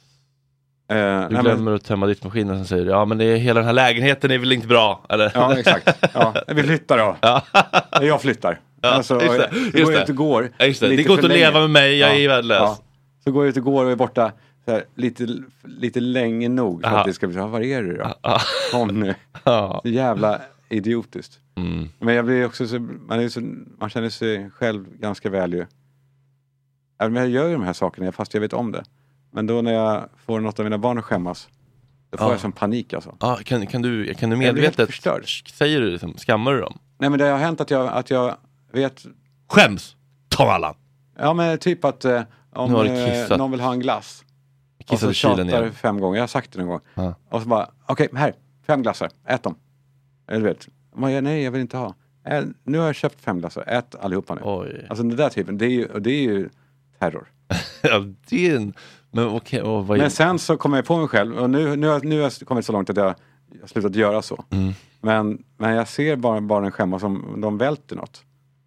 Speaker 6: du glömmer att tömma diskmaskinen och så säger du, ja men hela den här lägenheten är väl inte bra, eller?
Speaker 4: Ja, exakt. Ja, vi flyttar då. Ja. Jag flyttar.
Speaker 6: Ja,
Speaker 4: alltså,
Speaker 6: just det.
Speaker 4: Så går jag ut och går.
Speaker 6: Ja, just det. Det går inte att leva med mig, jag är värdelös. Ja.
Speaker 4: Så går jag ut och går och är borta så här, lite länge nog för att det ska bli vad är det då? Kom nu. Så jävla idiotiskt. Men jag blir också man känner sig själv ganska väl ju. Även om jag gör de här sakerna fast jag vet om det. Men då när jag får något av mina barn att skämmas, då får jag som panik alltså. Ja,
Speaker 6: kan du medvetet säger du liksom, skammar du dem?
Speaker 4: Nej, men det har hänt att jag vet.
Speaker 6: Skäms! Tom Allan!
Speaker 4: Ja, men typ att om någon vill ha en glass och så tjatar 5 gånger, jag har sagt det någon gång. Och så bara, okej, här, 5 glassar, ät dem. Eller vet, nej jag vill inte ha. Nu har jag köpt 5 glassar, ät allihopa nu.
Speaker 6: Oj.
Speaker 4: Alltså den där typen, det är ju terror.
Speaker 6: Ja, det är en... Men
Speaker 4: sen så kommer jag på mig själv och nu har jag kommit så långt att jag har slutat göra så. Men jag ser barnen skämmas som de välter något.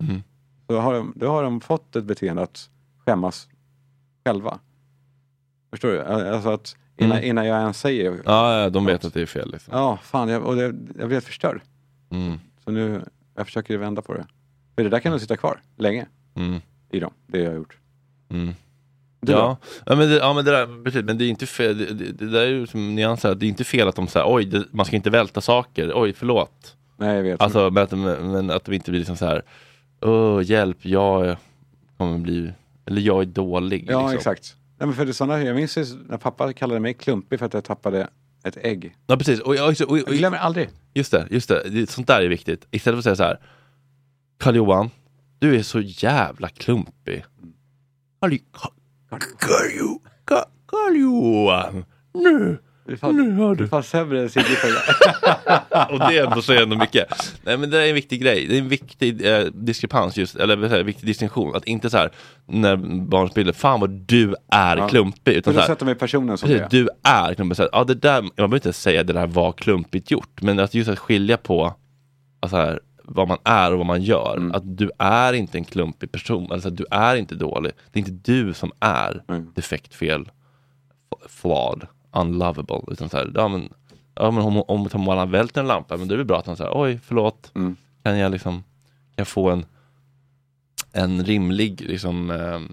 Speaker 4: Då har de fått ett beteende att skämmas själva. Förstår du? Alltså att innan jag ens säger.
Speaker 6: Ja, de vet att det är fel. Liksom.
Speaker 4: Ja, fan. Jag blir förstörd. Så nu jag försöker vända på det. För det där kan nog sitta kvar länge i dem. Det jag har gjort.
Speaker 6: Ja, men det där, precis, men det är inte fel. Det där är ju som nyanser, det är inte fel att de säger oj, man ska inte välta saker. Oj, förlåt.
Speaker 4: Nej, jag vet.
Speaker 6: Alltså, men att de inte blir liksom så här, hjälp, jag kommer bli, eller jag är dålig.
Speaker 4: Ja,
Speaker 6: liksom.
Speaker 4: Exakt. Nej, men för det sådana, jag minns när pappa kallade mig klumpig för att jag tappade ett ägg.
Speaker 6: Ja, precis. Och jag
Speaker 4: glömmer aldrig.
Speaker 6: Just det. Sånt där är viktigt. Istället för att säga så här, Karl-Johan, du är så jävla klumpig. Karl-Johan, nu har du
Speaker 4: fan sämre än Sigge för
Speaker 6: och det är ändå så ändå mycket. Nej, men det är en viktig grej. Det är en viktig diskrepans just, eller viktig distinktion. Att inte så här när barn spelar, fan vad du är klumpig. Utan
Speaker 4: så här, sätter mig personen som det.
Speaker 6: Du är klumpig. Så här, det där, man behöver inte säga det där var klumpigt gjort. Men att just att skilja på alltså här, vad man är och vad man gör. Att du är inte en klumpig person. Alltså du är inte dålig. Det är inte du som är defekt, fel, flawed, unlovable. Utan så här, men om man har vält en lampa, men det är väl bra att man säger, oj, förlåt. Kan jag få en rimlig liksom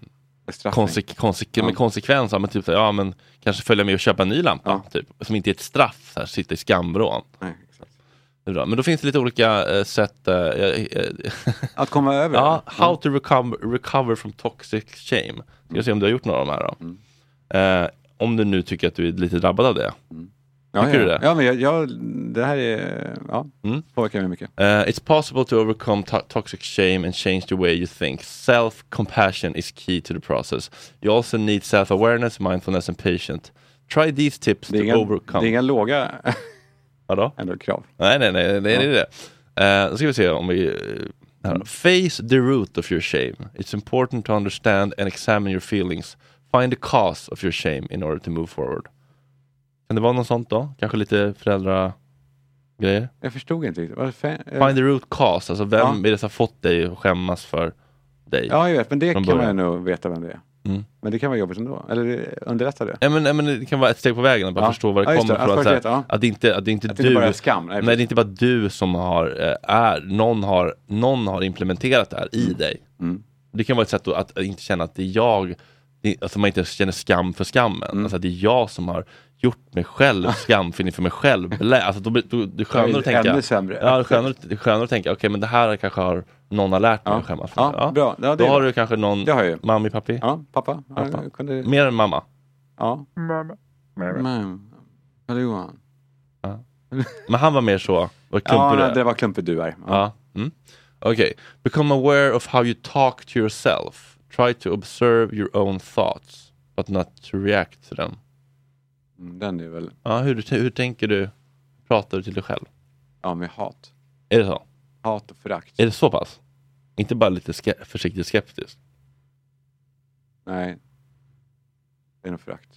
Speaker 6: med konsekvens av typ så, men kanske följa med och köpa en ny lampa typ, som inte är ett straff så här, sitta i skambrån. Nej. Men då finns det lite olika sätt
Speaker 4: att komma över.
Speaker 6: Ja, how to recover from toxic shame. Ska se om du har gjort några av de här då. Om du nu tycker att du är lite drabbad av det. Tycker du det?
Speaker 4: Ja, men det här är påverkar mig mycket.
Speaker 6: It's possible to overcome toxic shame and change the way you think. Self-compassion is key to the process. You also need self-awareness, mindfulness and patience. Try these tips to overcome.
Speaker 4: Det är inga låga
Speaker 6: vadå?
Speaker 4: Ändå krav.
Speaker 6: Nej, det är det. Då ska vi se om vi... Face the root of your shame. It's important to understand and examine your feelings. Find the cause of your shame in order to move forward. Kan det vara något sånt då? Kanske lite föräldragrejer?
Speaker 4: Jag förstod inte riktigt.
Speaker 6: Find the root cause. Alltså vem är det som har fått dig att skämmas för dig?
Speaker 4: Ja, jag vet. Men det kan man nog veta vem det är. Men det kan vara jobbigt ändå. Eller underlättar det?
Speaker 6: Ja, men det kan vara ett steg på vägen att bara förstå vad det kommer från. Att det inte du...
Speaker 4: bara skam.
Speaker 6: Nej, det är inte bara du som har... Någon har implementerat det här i dig. Det kan vara ett sätt att inte känna att det är jag... Alltså man inte känner skam för skammen. Alltså det är jag som har gjort mig själv skamfin för mig själv. Alltså då det är skönare att tänka.
Speaker 4: Ännu sämre.
Speaker 6: Ja, det är skönare att tänka, okej, men det här kanske har någon har lärt mig att skämmas för.
Speaker 4: Ja, bra. Ja,
Speaker 6: då har du kanske någon mamma, pappi.
Speaker 4: Ja, pappa.
Speaker 6: Mer än mamma.
Speaker 4: Ja. Mamma. Karl-Johan.
Speaker 6: Ja. Men han var mer så.
Speaker 4: Det var klumpig du är.
Speaker 6: Ja. Okej. Become aware of how you talk to yourself. Try to observe your own thoughts, but not to react to them.
Speaker 4: Den är väl...
Speaker 6: Ja, hur tänker du? Pratar du till dig själv?
Speaker 4: Ja, med hat.
Speaker 6: Är det så?
Speaker 4: Hat och förakt.
Speaker 6: Är det så pass? Inte bara lite försiktigt skeptisk.
Speaker 4: Nej. Det är nog förakt.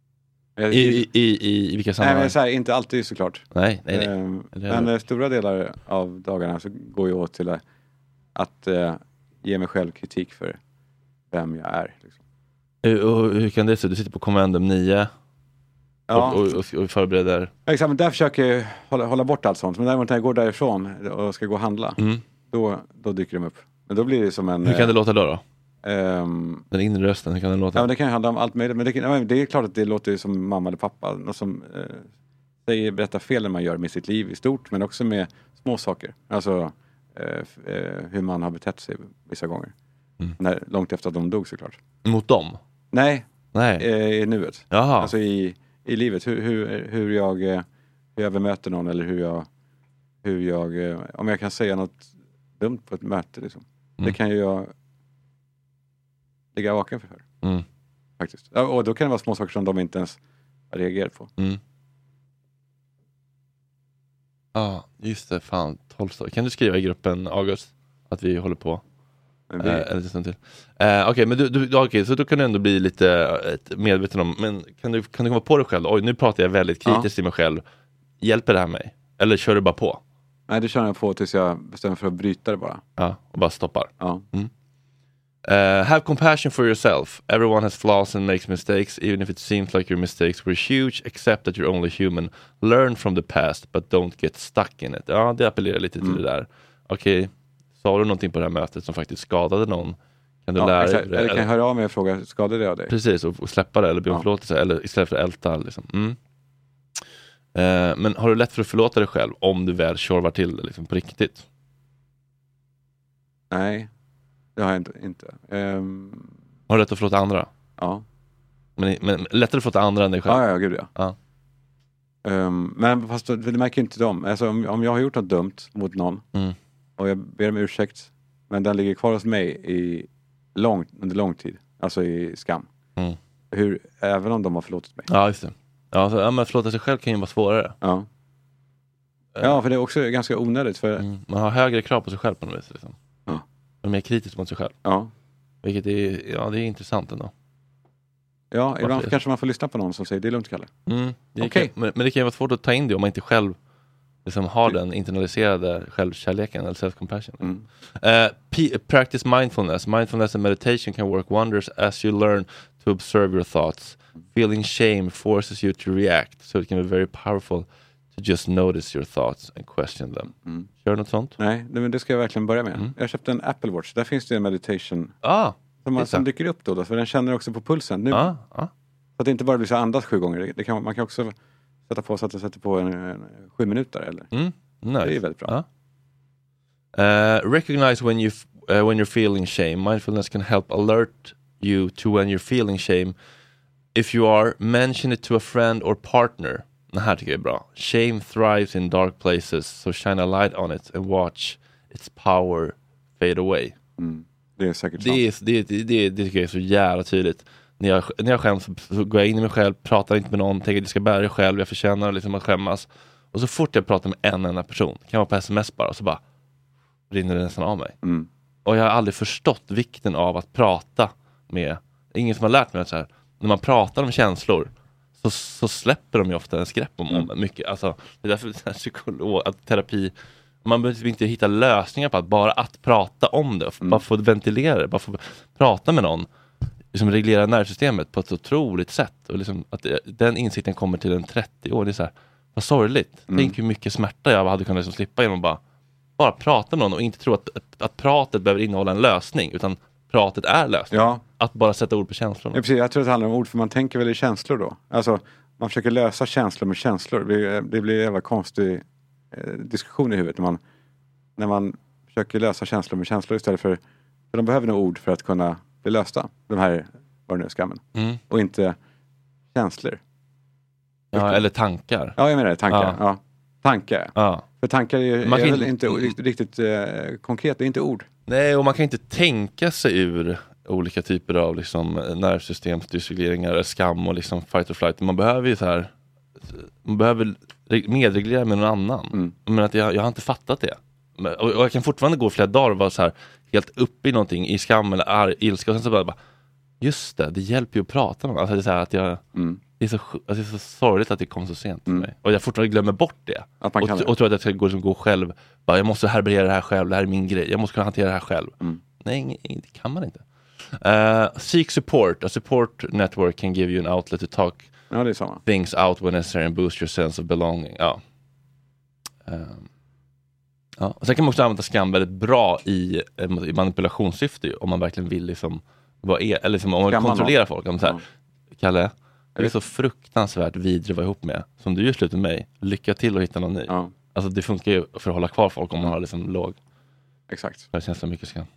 Speaker 6: I vilka sammanhang?
Speaker 4: Nej, men så här, inte alltid såklart.
Speaker 6: Nej.
Speaker 4: Men stora delar av dagarna så går jag åt till att ge mig själv kritik för vem jag är. Liksom.
Speaker 6: Hur kan det se? Du sitter på Commandum 9 och förbereder.
Speaker 4: Ja, exakt, men där försöker jag hålla bort allt sånt. Men däremot när jag går därifrån och ska gå och handla, då dyker de upp. Men då blir det som en...
Speaker 6: Hur kan det låta då? Den inre rösten, hur kan den låta?
Speaker 4: Ja, men det kan ju handla om allt möjligt. Men det är klart att det låter som mamma eller pappa. Något som berättar fel när man gör med sitt liv i stort. Men också med små saker. Alltså hur man har betett sig vissa gånger. Långt efter att de dog såklart.
Speaker 6: Mot dem?
Speaker 4: Nej. I nuet.
Speaker 6: Jaha.
Speaker 4: Alltså i livet. Hur jag bemöter någon. Eller hur jag om jag kan säga något dumt på ett möte liksom. Det kan ju jag ligga vaken för. Faktiskt. Och då kan det vara små saker som de inte ens har reagerat på.
Speaker 6: Ja, just det. Fan, 12 år. Kan du skriva i gruppen, August, att vi håller på? En stund till. Okej, men du, så då kan du ändå bli lite medveten om, men kan du komma på dig själv? Oj, nu pratar jag väldigt kritiskt till mig själv. Hjälper det här mig? Eller kör du bara på?
Speaker 4: Nej, det kör jag på tills jag bestämmer för att bryta det bara.
Speaker 6: Ja, och bara stoppar.
Speaker 4: Ja.
Speaker 6: Have compassion for yourself. Everyone has flaws and makes mistakes, even if it seems like your mistakes were huge. Accept that you're only human. Learn from the past, but don't get stuck in it. Ja, det appellerar lite till det där. Okej, sa du någonting på det här mötet som faktiskt skadade någon? Kan du lära dig?
Speaker 4: Eller kan jag höra av mig och fråga, skadade det av dig?
Speaker 6: Precis, och släppa det eller be om förlåtelse. Eller istället för att älta liksom. Men har du lätt för att förlåta dig själv om du väl tjorvar till det liksom, på riktigt?
Speaker 4: Nej, det har jag inte.
Speaker 6: Har du lätt att förlåta andra?
Speaker 4: Ja.
Speaker 6: Men lättare att förlåta andra än dig själv?
Speaker 4: Ja, gud ja. Men fast det märker inte de. Alltså, om jag har gjort något dumt mot någon och jag ber om ursäkt, men den ligger kvar hos mig under lång tid. Alltså i skam. Även om de har förlåtit mig.
Speaker 6: Ja, just det. Ja, men förlåta sig själv kan ju vara svårare.
Speaker 4: Ja. Ja, för det är också ganska onödigt. För...
Speaker 6: Man har högre krav på sig själv på något vis. Liksom. Man är mer kritisk mot sig själv.
Speaker 4: Ja.
Speaker 6: Vilket är, det är intressant ändå.
Speaker 4: Ja, ibland kanske man får lyssna på någon som säger det är lugnt, Kalle.
Speaker 6: Okay. Men det kan ju vara svårt att ta in det om man inte själv liksom har den internaliserade självkärleken eller self-compassion. Practice mindfulness. Mindfulness and meditation can work wonders as you learn to observe your thoughts. Feeling shame forces you to react, so it can be very powerful to just notice your thoughts and question them. Gör du något sånt?
Speaker 4: Nej, men det ska jag verkligen börja med. Jag köpte en Apple Watch. Där finns det en meditation som dyker upp då. För den känner också på pulsen. Nu, så att det inte bara blir så andas 7 gånger. Man kan också sätta på så att det sätter på en 7 minuter. Eller?
Speaker 6: Nice.
Speaker 4: Det är väldigt bra.
Speaker 6: Recognize when you're feeling shame. Mindfulness can help alert you to when you're feeling shame. If you are, mention it to a friend or partner. Det här tycker jag är bra. Shame thrives in dark places, so shine a light on it and watch its power fade away.
Speaker 4: Det är säkert
Speaker 6: sant. Det tycker jag är så jävla tydligt. När jag skäms så går jag in i mig själv, pratar inte med någon, tänker att jag ska bära det själv, jag förtjänar liksom att skämmas. Och så fort jag pratar med en enda person, kan vara på sms bara, så bara rinner det nästan av mig. Och jag har aldrig förstått vikten av att prata med, ingen som har lärt mig att så här, när man pratar om känslor så släpper de ju ofta en skräpp om mycket. Alltså, det är därför psykolog, att terapi, man behöver inte hitta lösningar på att bara att prata om det, bara få ventilera det, bara få prata med någon, liksom reglera nervsystemet på ett otroligt sätt. Och liksom att den insikten kommer till en 30 år, det är så här, vad sorgligt. Tänk hur mycket smärta jag hade kunnat liksom slippa genom att bara prata med någon och inte tro att pratet behöver innehålla en lösning, utan pratet är lösning. Ja. Att bara sätta ord på känslorna.
Speaker 4: Ja, precis. Jag tror att det handlar om ord, för man tänker väl i känslor då. Alltså, man försöker lösa känslor med känslor. Det blir en jävla konstig diskussion i huvudet när man försöker lösa känslor med känslor istället för de behöver nog ord för att kunna bli lösta. De här, vad det nu är, skammen. Och inte känslor.
Speaker 6: Ja, eller tankar.
Speaker 4: Ja, jag menar det. Tankar. Ja. Tankar.
Speaker 6: Ja.
Speaker 4: För tankar är väl inte riktigt konkret. Det är inte ord.
Speaker 6: Nej, och man kan inte tänka sig ur olika typer av liksom nervsystemsdysregleringar, skam och liksom fight or flight. Man behöver ju så här, man behöver medreglera med någon annan. Men att jag har inte fattat det. Och jag kan fortfarande gå flera dagar och vara så här, helt uppe i någonting, i skam eller ilska, och sen så bara just det hjälper ju att prata med. Alltså det är så här att jag det är så sorgligt att det kom så sent för mig. Och jag fortfarande glömmer bort det. Och tror att jag ska gå själv. Bara, jag måste härbärgera det här själv. Det här är min grej. Jag måste kunna hantera det här själv. Nej, det kan man inte. Seek support. A support network can give you an outlet to talk things out when necessary and boost your sense of belonging. Ja. Och sen kan man också använda skam väldigt bra i manipulationssyfte om man verkligen vill liksom eller liksom, om man kontrollerar folk. Om så här, Kalle, jag är så fruktansvärt vidrig att vara ihop med. Som du gör slut med mig. Lycka till att hitta någon ny. Ja. Alltså det funkar ju för att hålla kvar folk om man har liksom låg.
Speaker 4: Exakt.
Speaker 6: Det känns så mycket skam.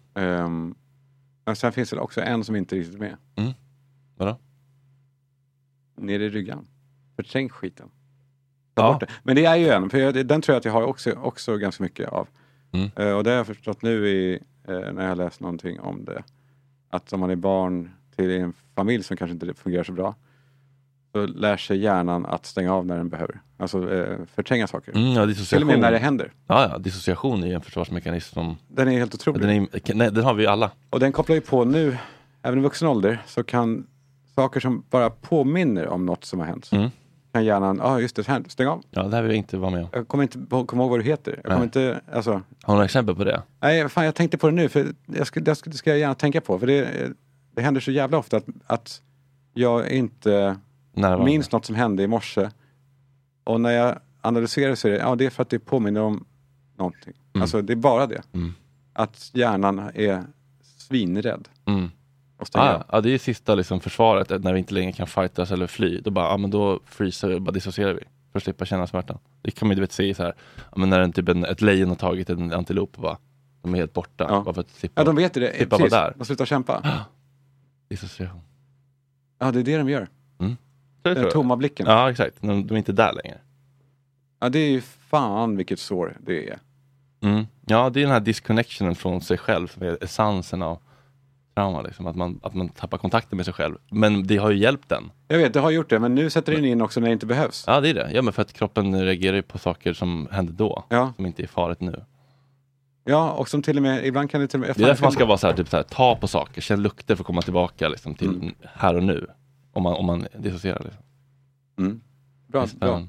Speaker 4: Men sen finns det också en som inte riktigt är med.
Speaker 6: Vadå?
Speaker 4: Nere i ryggen. Förträng skiten. Men det är ju en. För den tror jag att jag har också ganska mycket av. Och det har jag förstått nu när jag har läst någonting om det. Att om man är barn till en familj som kanske inte fungerar så bra, så lär sig hjärnan att stänga av när den behöver. Alltså förtränga saker. Till och med när det händer.
Speaker 6: Ja, dissociation är en försvarsmekanism som...
Speaker 4: Den är helt otrolig.
Speaker 6: Den har vi alla. Och
Speaker 4: den kopplar ju på nu, även i vuxen ålder, så kan saker som bara påminner om något som har hänt. Kan hjärnan, just det, stäng av.
Speaker 6: Ja, det här vill jag inte vara med om.
Speaker 4: Jag kommer inte komma ihåg vad du heter. Jag kommer inte, alltså...
Speaker 6: Har du några exempel på det?
Speaker 4: Nej, fan, jag tänkte på det nu, för det ska jag gärna tänka på. För det händer så jävla ofta att jag inte minns något som hände i morse. Och när jag analyserar så är det är för att det påminner om någonting. Alltså det är bara det. Att hjärnan är svinrädd.
Speaker 6: Ja, det är sista liksom försvaret när vi inte längre kan fightas eller fly. Då bara, men då freezar vi, bara dissocierar vi för att slippa känna smärtan. Det kan man ju se så här, men när ett lejon har tagit en antilop, de är helt borta. Bara för att slippa,
Speaker 4: de vet det. Precis, där. De slutar kämpa.
Speaker 6: Dissociation.
Speaker 4: Ja, det är det de gör. Den tomma blicken.
Speaker 6: Ja, exakt. De är inte där längre.
Speaker 4: Ja, det är ju fan vilket sår det är.
Speaker 6: Ja, det är den här disconnectionen från sig själv som är essensen av trauma, liksom, att man tappar kontakten med sig själv. Men det har ju hjälpt den.
Speaker 4: Jag vet, det har gjort det, men nu sätter den in också när det inte behövs.
Speaker 6: Ja, det är det. Ja, men för att kroppen reagerar på saker som händer då, som inte är farligt nu.
Speaker 4: Ja, och som till och med, ibland kan det till och med...
Speaker 6: Det är därför man ska vara så här, typ så här, ta på saker, känna lukter för att komma tillbaka liksom, till här och nu. Om man dissocierar liksom.
Speaker 4: Bra.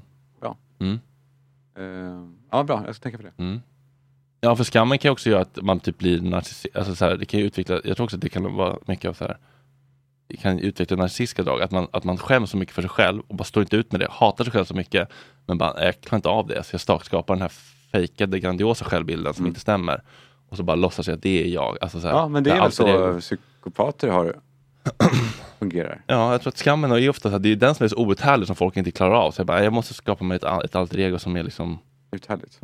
Speaker 4: Ja, bra. Jag ska tänka på det.
Speaker 6: Ja, för skammen kan ju också göra att man typ blir narcissist. Alltså så här, det kan ju utveckla, jag tror också att det kan vara mycket av så här, det kan utveckla narcissistiska drag, att man skäms så mycket för sig själv och bara står inte ut med det, hatar sig själv så mycket, men bara, jag kan inte av det, så jag skapar den här fejkade, grandiosa självbilden som inte stämmer, och så bara låtsas jag att det är jag. Alltså så här,
Speaker 4: ja, men det är väl så psykopater har fungerar.
Speaker 6: Ja, jag tror att skammen är ofta så här, det är den som är så outhärdlig som folk inte klarar av, så jag måste skapa mig ett alter ego som är liksom
Speaker 4: uthärdligt.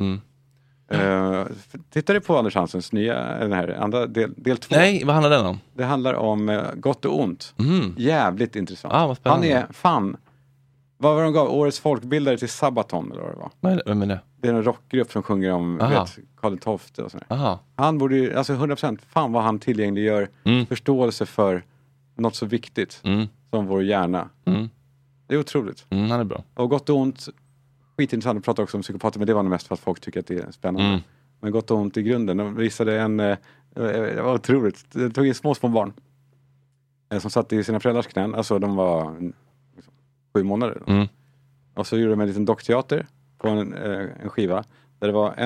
Speaker 4: Tittar du på Anders Hansens nya, den här andra del 2?
Speaker 6: Nej, vad handlar den om?
Speaker 4: Det handlar om gott och ont. Jävligt intressant.
Speaker 6: Vad spännande.
Speaker 4: Han är fan. Vad var de gav? Årets folkbildare till Sabaton eller vad det var?
Speaker 6: Vem är det?
Speaker 4: Det är en rockgrupp som sjunger om Karl XII och sådär. Han borde ju, alltså 100%, fan vad han tillgängliggör förståelse för något så viktigt som vår hjärna. Det är otroligt.
Speaker 6: Han är bra.
Speaker 4: Och gott och ont, skitintressant att prata också om psykopater, men det var nog mest för att folk tycker att det är spännande. Men gott och ont i grunden. De visade det var otroligt. Det tog in små barn som satt i sina föräldrars knän. Alltså de var 7 månader. Och så gjorde de en liten dockteater på en skiva. Där det var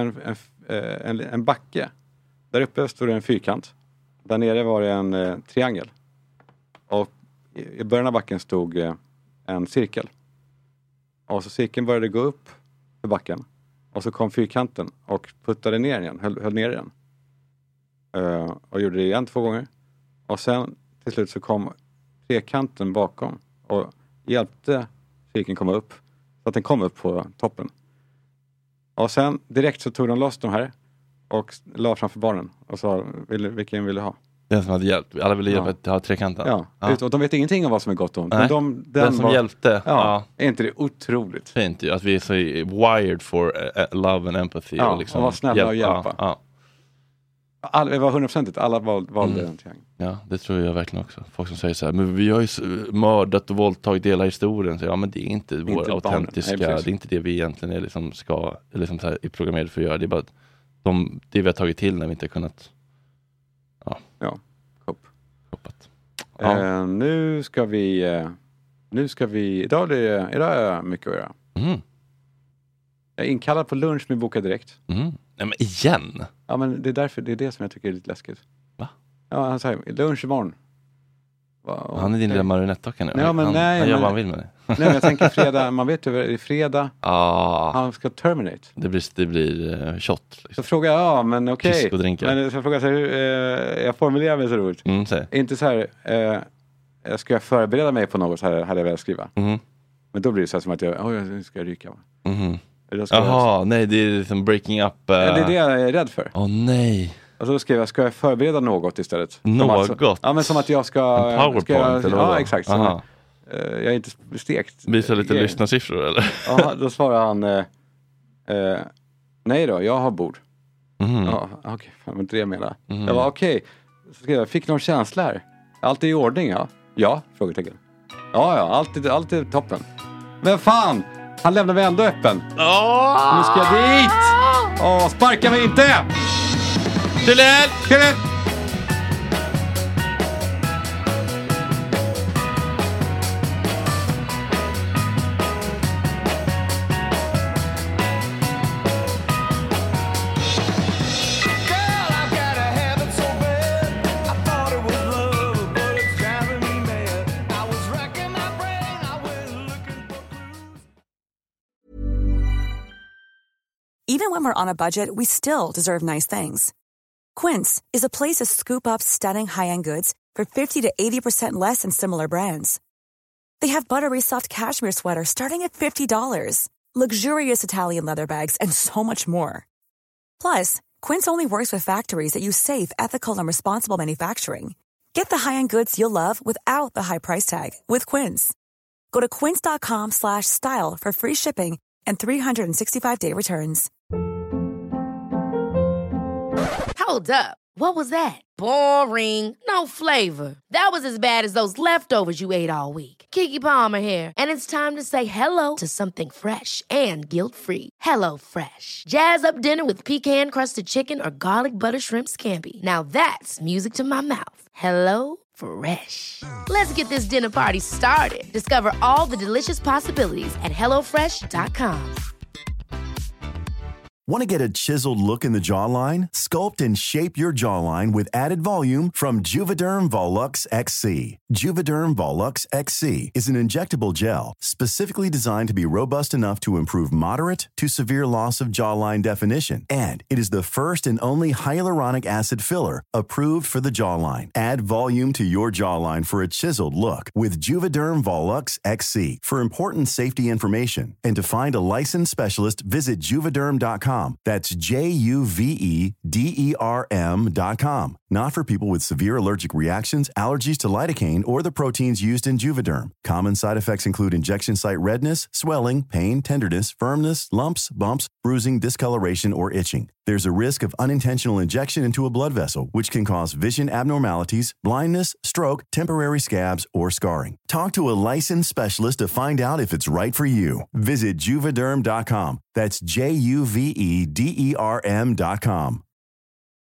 Speaker 4: en backe. Där uppe stod det en fyrkant. Där nere var det en triangel. Och i början av backen stod en cirkel. Och så cirkeln började gå upp för backen. Och så kom fyrkanten och puttade ner igen. Höll ner den. Och gjorde det igen 2 gånger. Och sen till slut så kom trekanten bakom. Och hjälpte cirkeln komma upp. Så att den kom upp på toppen. Och sen direkt så tog de loss de här. Och la framför barnen. Och sa, vilken vill du ha?
Speaker 6: Den som hade hjälpt. Alla ville hjälpa att ha trekanten.
Speaker 4: Ja. Och de vet ingenting om vad som är gott och ont. Men
Speaker 6: den som hjälpte.
Speaker 4: Är inte det otroligt?
Speaker 6: Fint ju. Att vi är så wired for love and empathy.
Speaker 4: Ja,
Speaker 6: och liksom
Speaker 4: vara snälla och hjälpa. Det var 100%. Alla valde den till.
Speaker 6: Ja, det tror jag verkligen också. Folk som säger så här, men vi har ju mördat och våldtagit hela historien. Så, men det är inte vår autentiska, det är inte det vi egentligen är liksom är programmerade för att göra. Det är bara det vi har tagit till när vi inte har kunnat
Speaker 4: Nu ska vi, idag är mycket att göra. Jag är inkallad på lunch med Boka Direkt.
Speaker 6: Nej, men igen?
Speaker 4: Ja, men det är det som jag tycker är lite läskigt.
Speaker 6: Va?
Speaker 4: Ja, han säger lunch imorgon.
Speaker 6: Han är din lilla marionettdocka nu.
Speaker 4: Nej, men
Speaker 6: han gör vad han vill med det.
Speaker 4: Nej, men jag tänker fredag, man vet ju, det är fredag. Han ska terminate.
Speaker 6: Det blir shot. Liksom.
Speaker 4: Så frågar jag, men okej.
Speaker 6: Fisk och drinkar.
Speaker 4: Men så frågar jag så här, jag formulerar mig så roligt. Inte så här, ska jag förbereda mig på något så här, hade jag velat skriva. Men då blir det så här som att jag ska ryka.
Speaker 6: Jaha, nej, det är liksom breaking up.
Speaker 4: Det är det jag är rädd för.
Speaker 6: Nej.
Speaker 4: Och så skrev jag, ska jag förbereda något istället?
Speaker 6: Något?
Speaker 4: Ja, men som att jag ska...
Speaker 6: En PowerPoint eller vad?
Speaker 4: Ja, exakt. Jag är inte stekt.
Speaker 6: Visa lite lyssnarsiffror eller?
Speaker 4: Ja, då svarar han, nej då, jag har bord. Ja, okej, fan, inte det jag menar. Jag var okej. Så skrev jag, fick någon känsla här? Allt är i ordning, ja? Ja, frågetecken. Ja, allt är toppen. Men fan, han lämnar mig ändå öppen. Nu ska jag dit! Sparka mig inte!
Speaker 6: Kjell!
Speaker 10: Even when we're on a budget, we still deserve nice things. Quince is a place to scoop up stunning high-end goods for 50 to 80% less than similar brands. They have buttery soft cashmere sweaters starting at $50, luxurious Italian leather bags, and so much more. Plus, Quince only works with factories that use safe, ethical, and responsible manufacturing. Get the high-end goods you'll love without the high price tag with Quince. Go to quince.com/style for free shipping and 365-day returns.
Speaker 8: Hold up. What was that? Boring. No flavor. That was as bad as those leftovers you ate all week. Keke Palmer here, and it's time to say hello to something fresh and guilt-free. Hello Fresh. Jazz up dinner with pecan-crusted chicken or garlic butter shrimp scampi. Now that's music to my mouth. Hello Fresh. Let's get this dinner party started. Discover all the delicious possibilities at hellofresh.com.
Speaker 11: Want to get a chiseled look in the jawline? Sculpt and shape your jawline with added volume from Juvederm Volux XC. Juvederm Volux XC is an injectable gel specifically designed to be robust enough to improve moderate to severe loss of jawline definition. And it is the first and only hyaluronic acid filler approved for the jawline. Add volume to your jawline for a chiseled look with Juvederm Volux XC. For important safety information and to find a licensed specialist, visit Juvederm.com. That's Juvederm.com. Not for people with severe allergic reactions, allergies to lidocaine, or the proteins used in Juvederm. Common side effects include injection site redness, swelling, pain, tenderness, firmness, lumps, bumps, bruising, discoloration, or itching. There's a risk of unintentional injection into a blood vessel, which can cause vision abnormalities, blindness, stroke, temporary scabs, or scarring. Talk to a licensed specialist to find out if it's right for you. Visit Juvederm.com. That's Juvederm.com.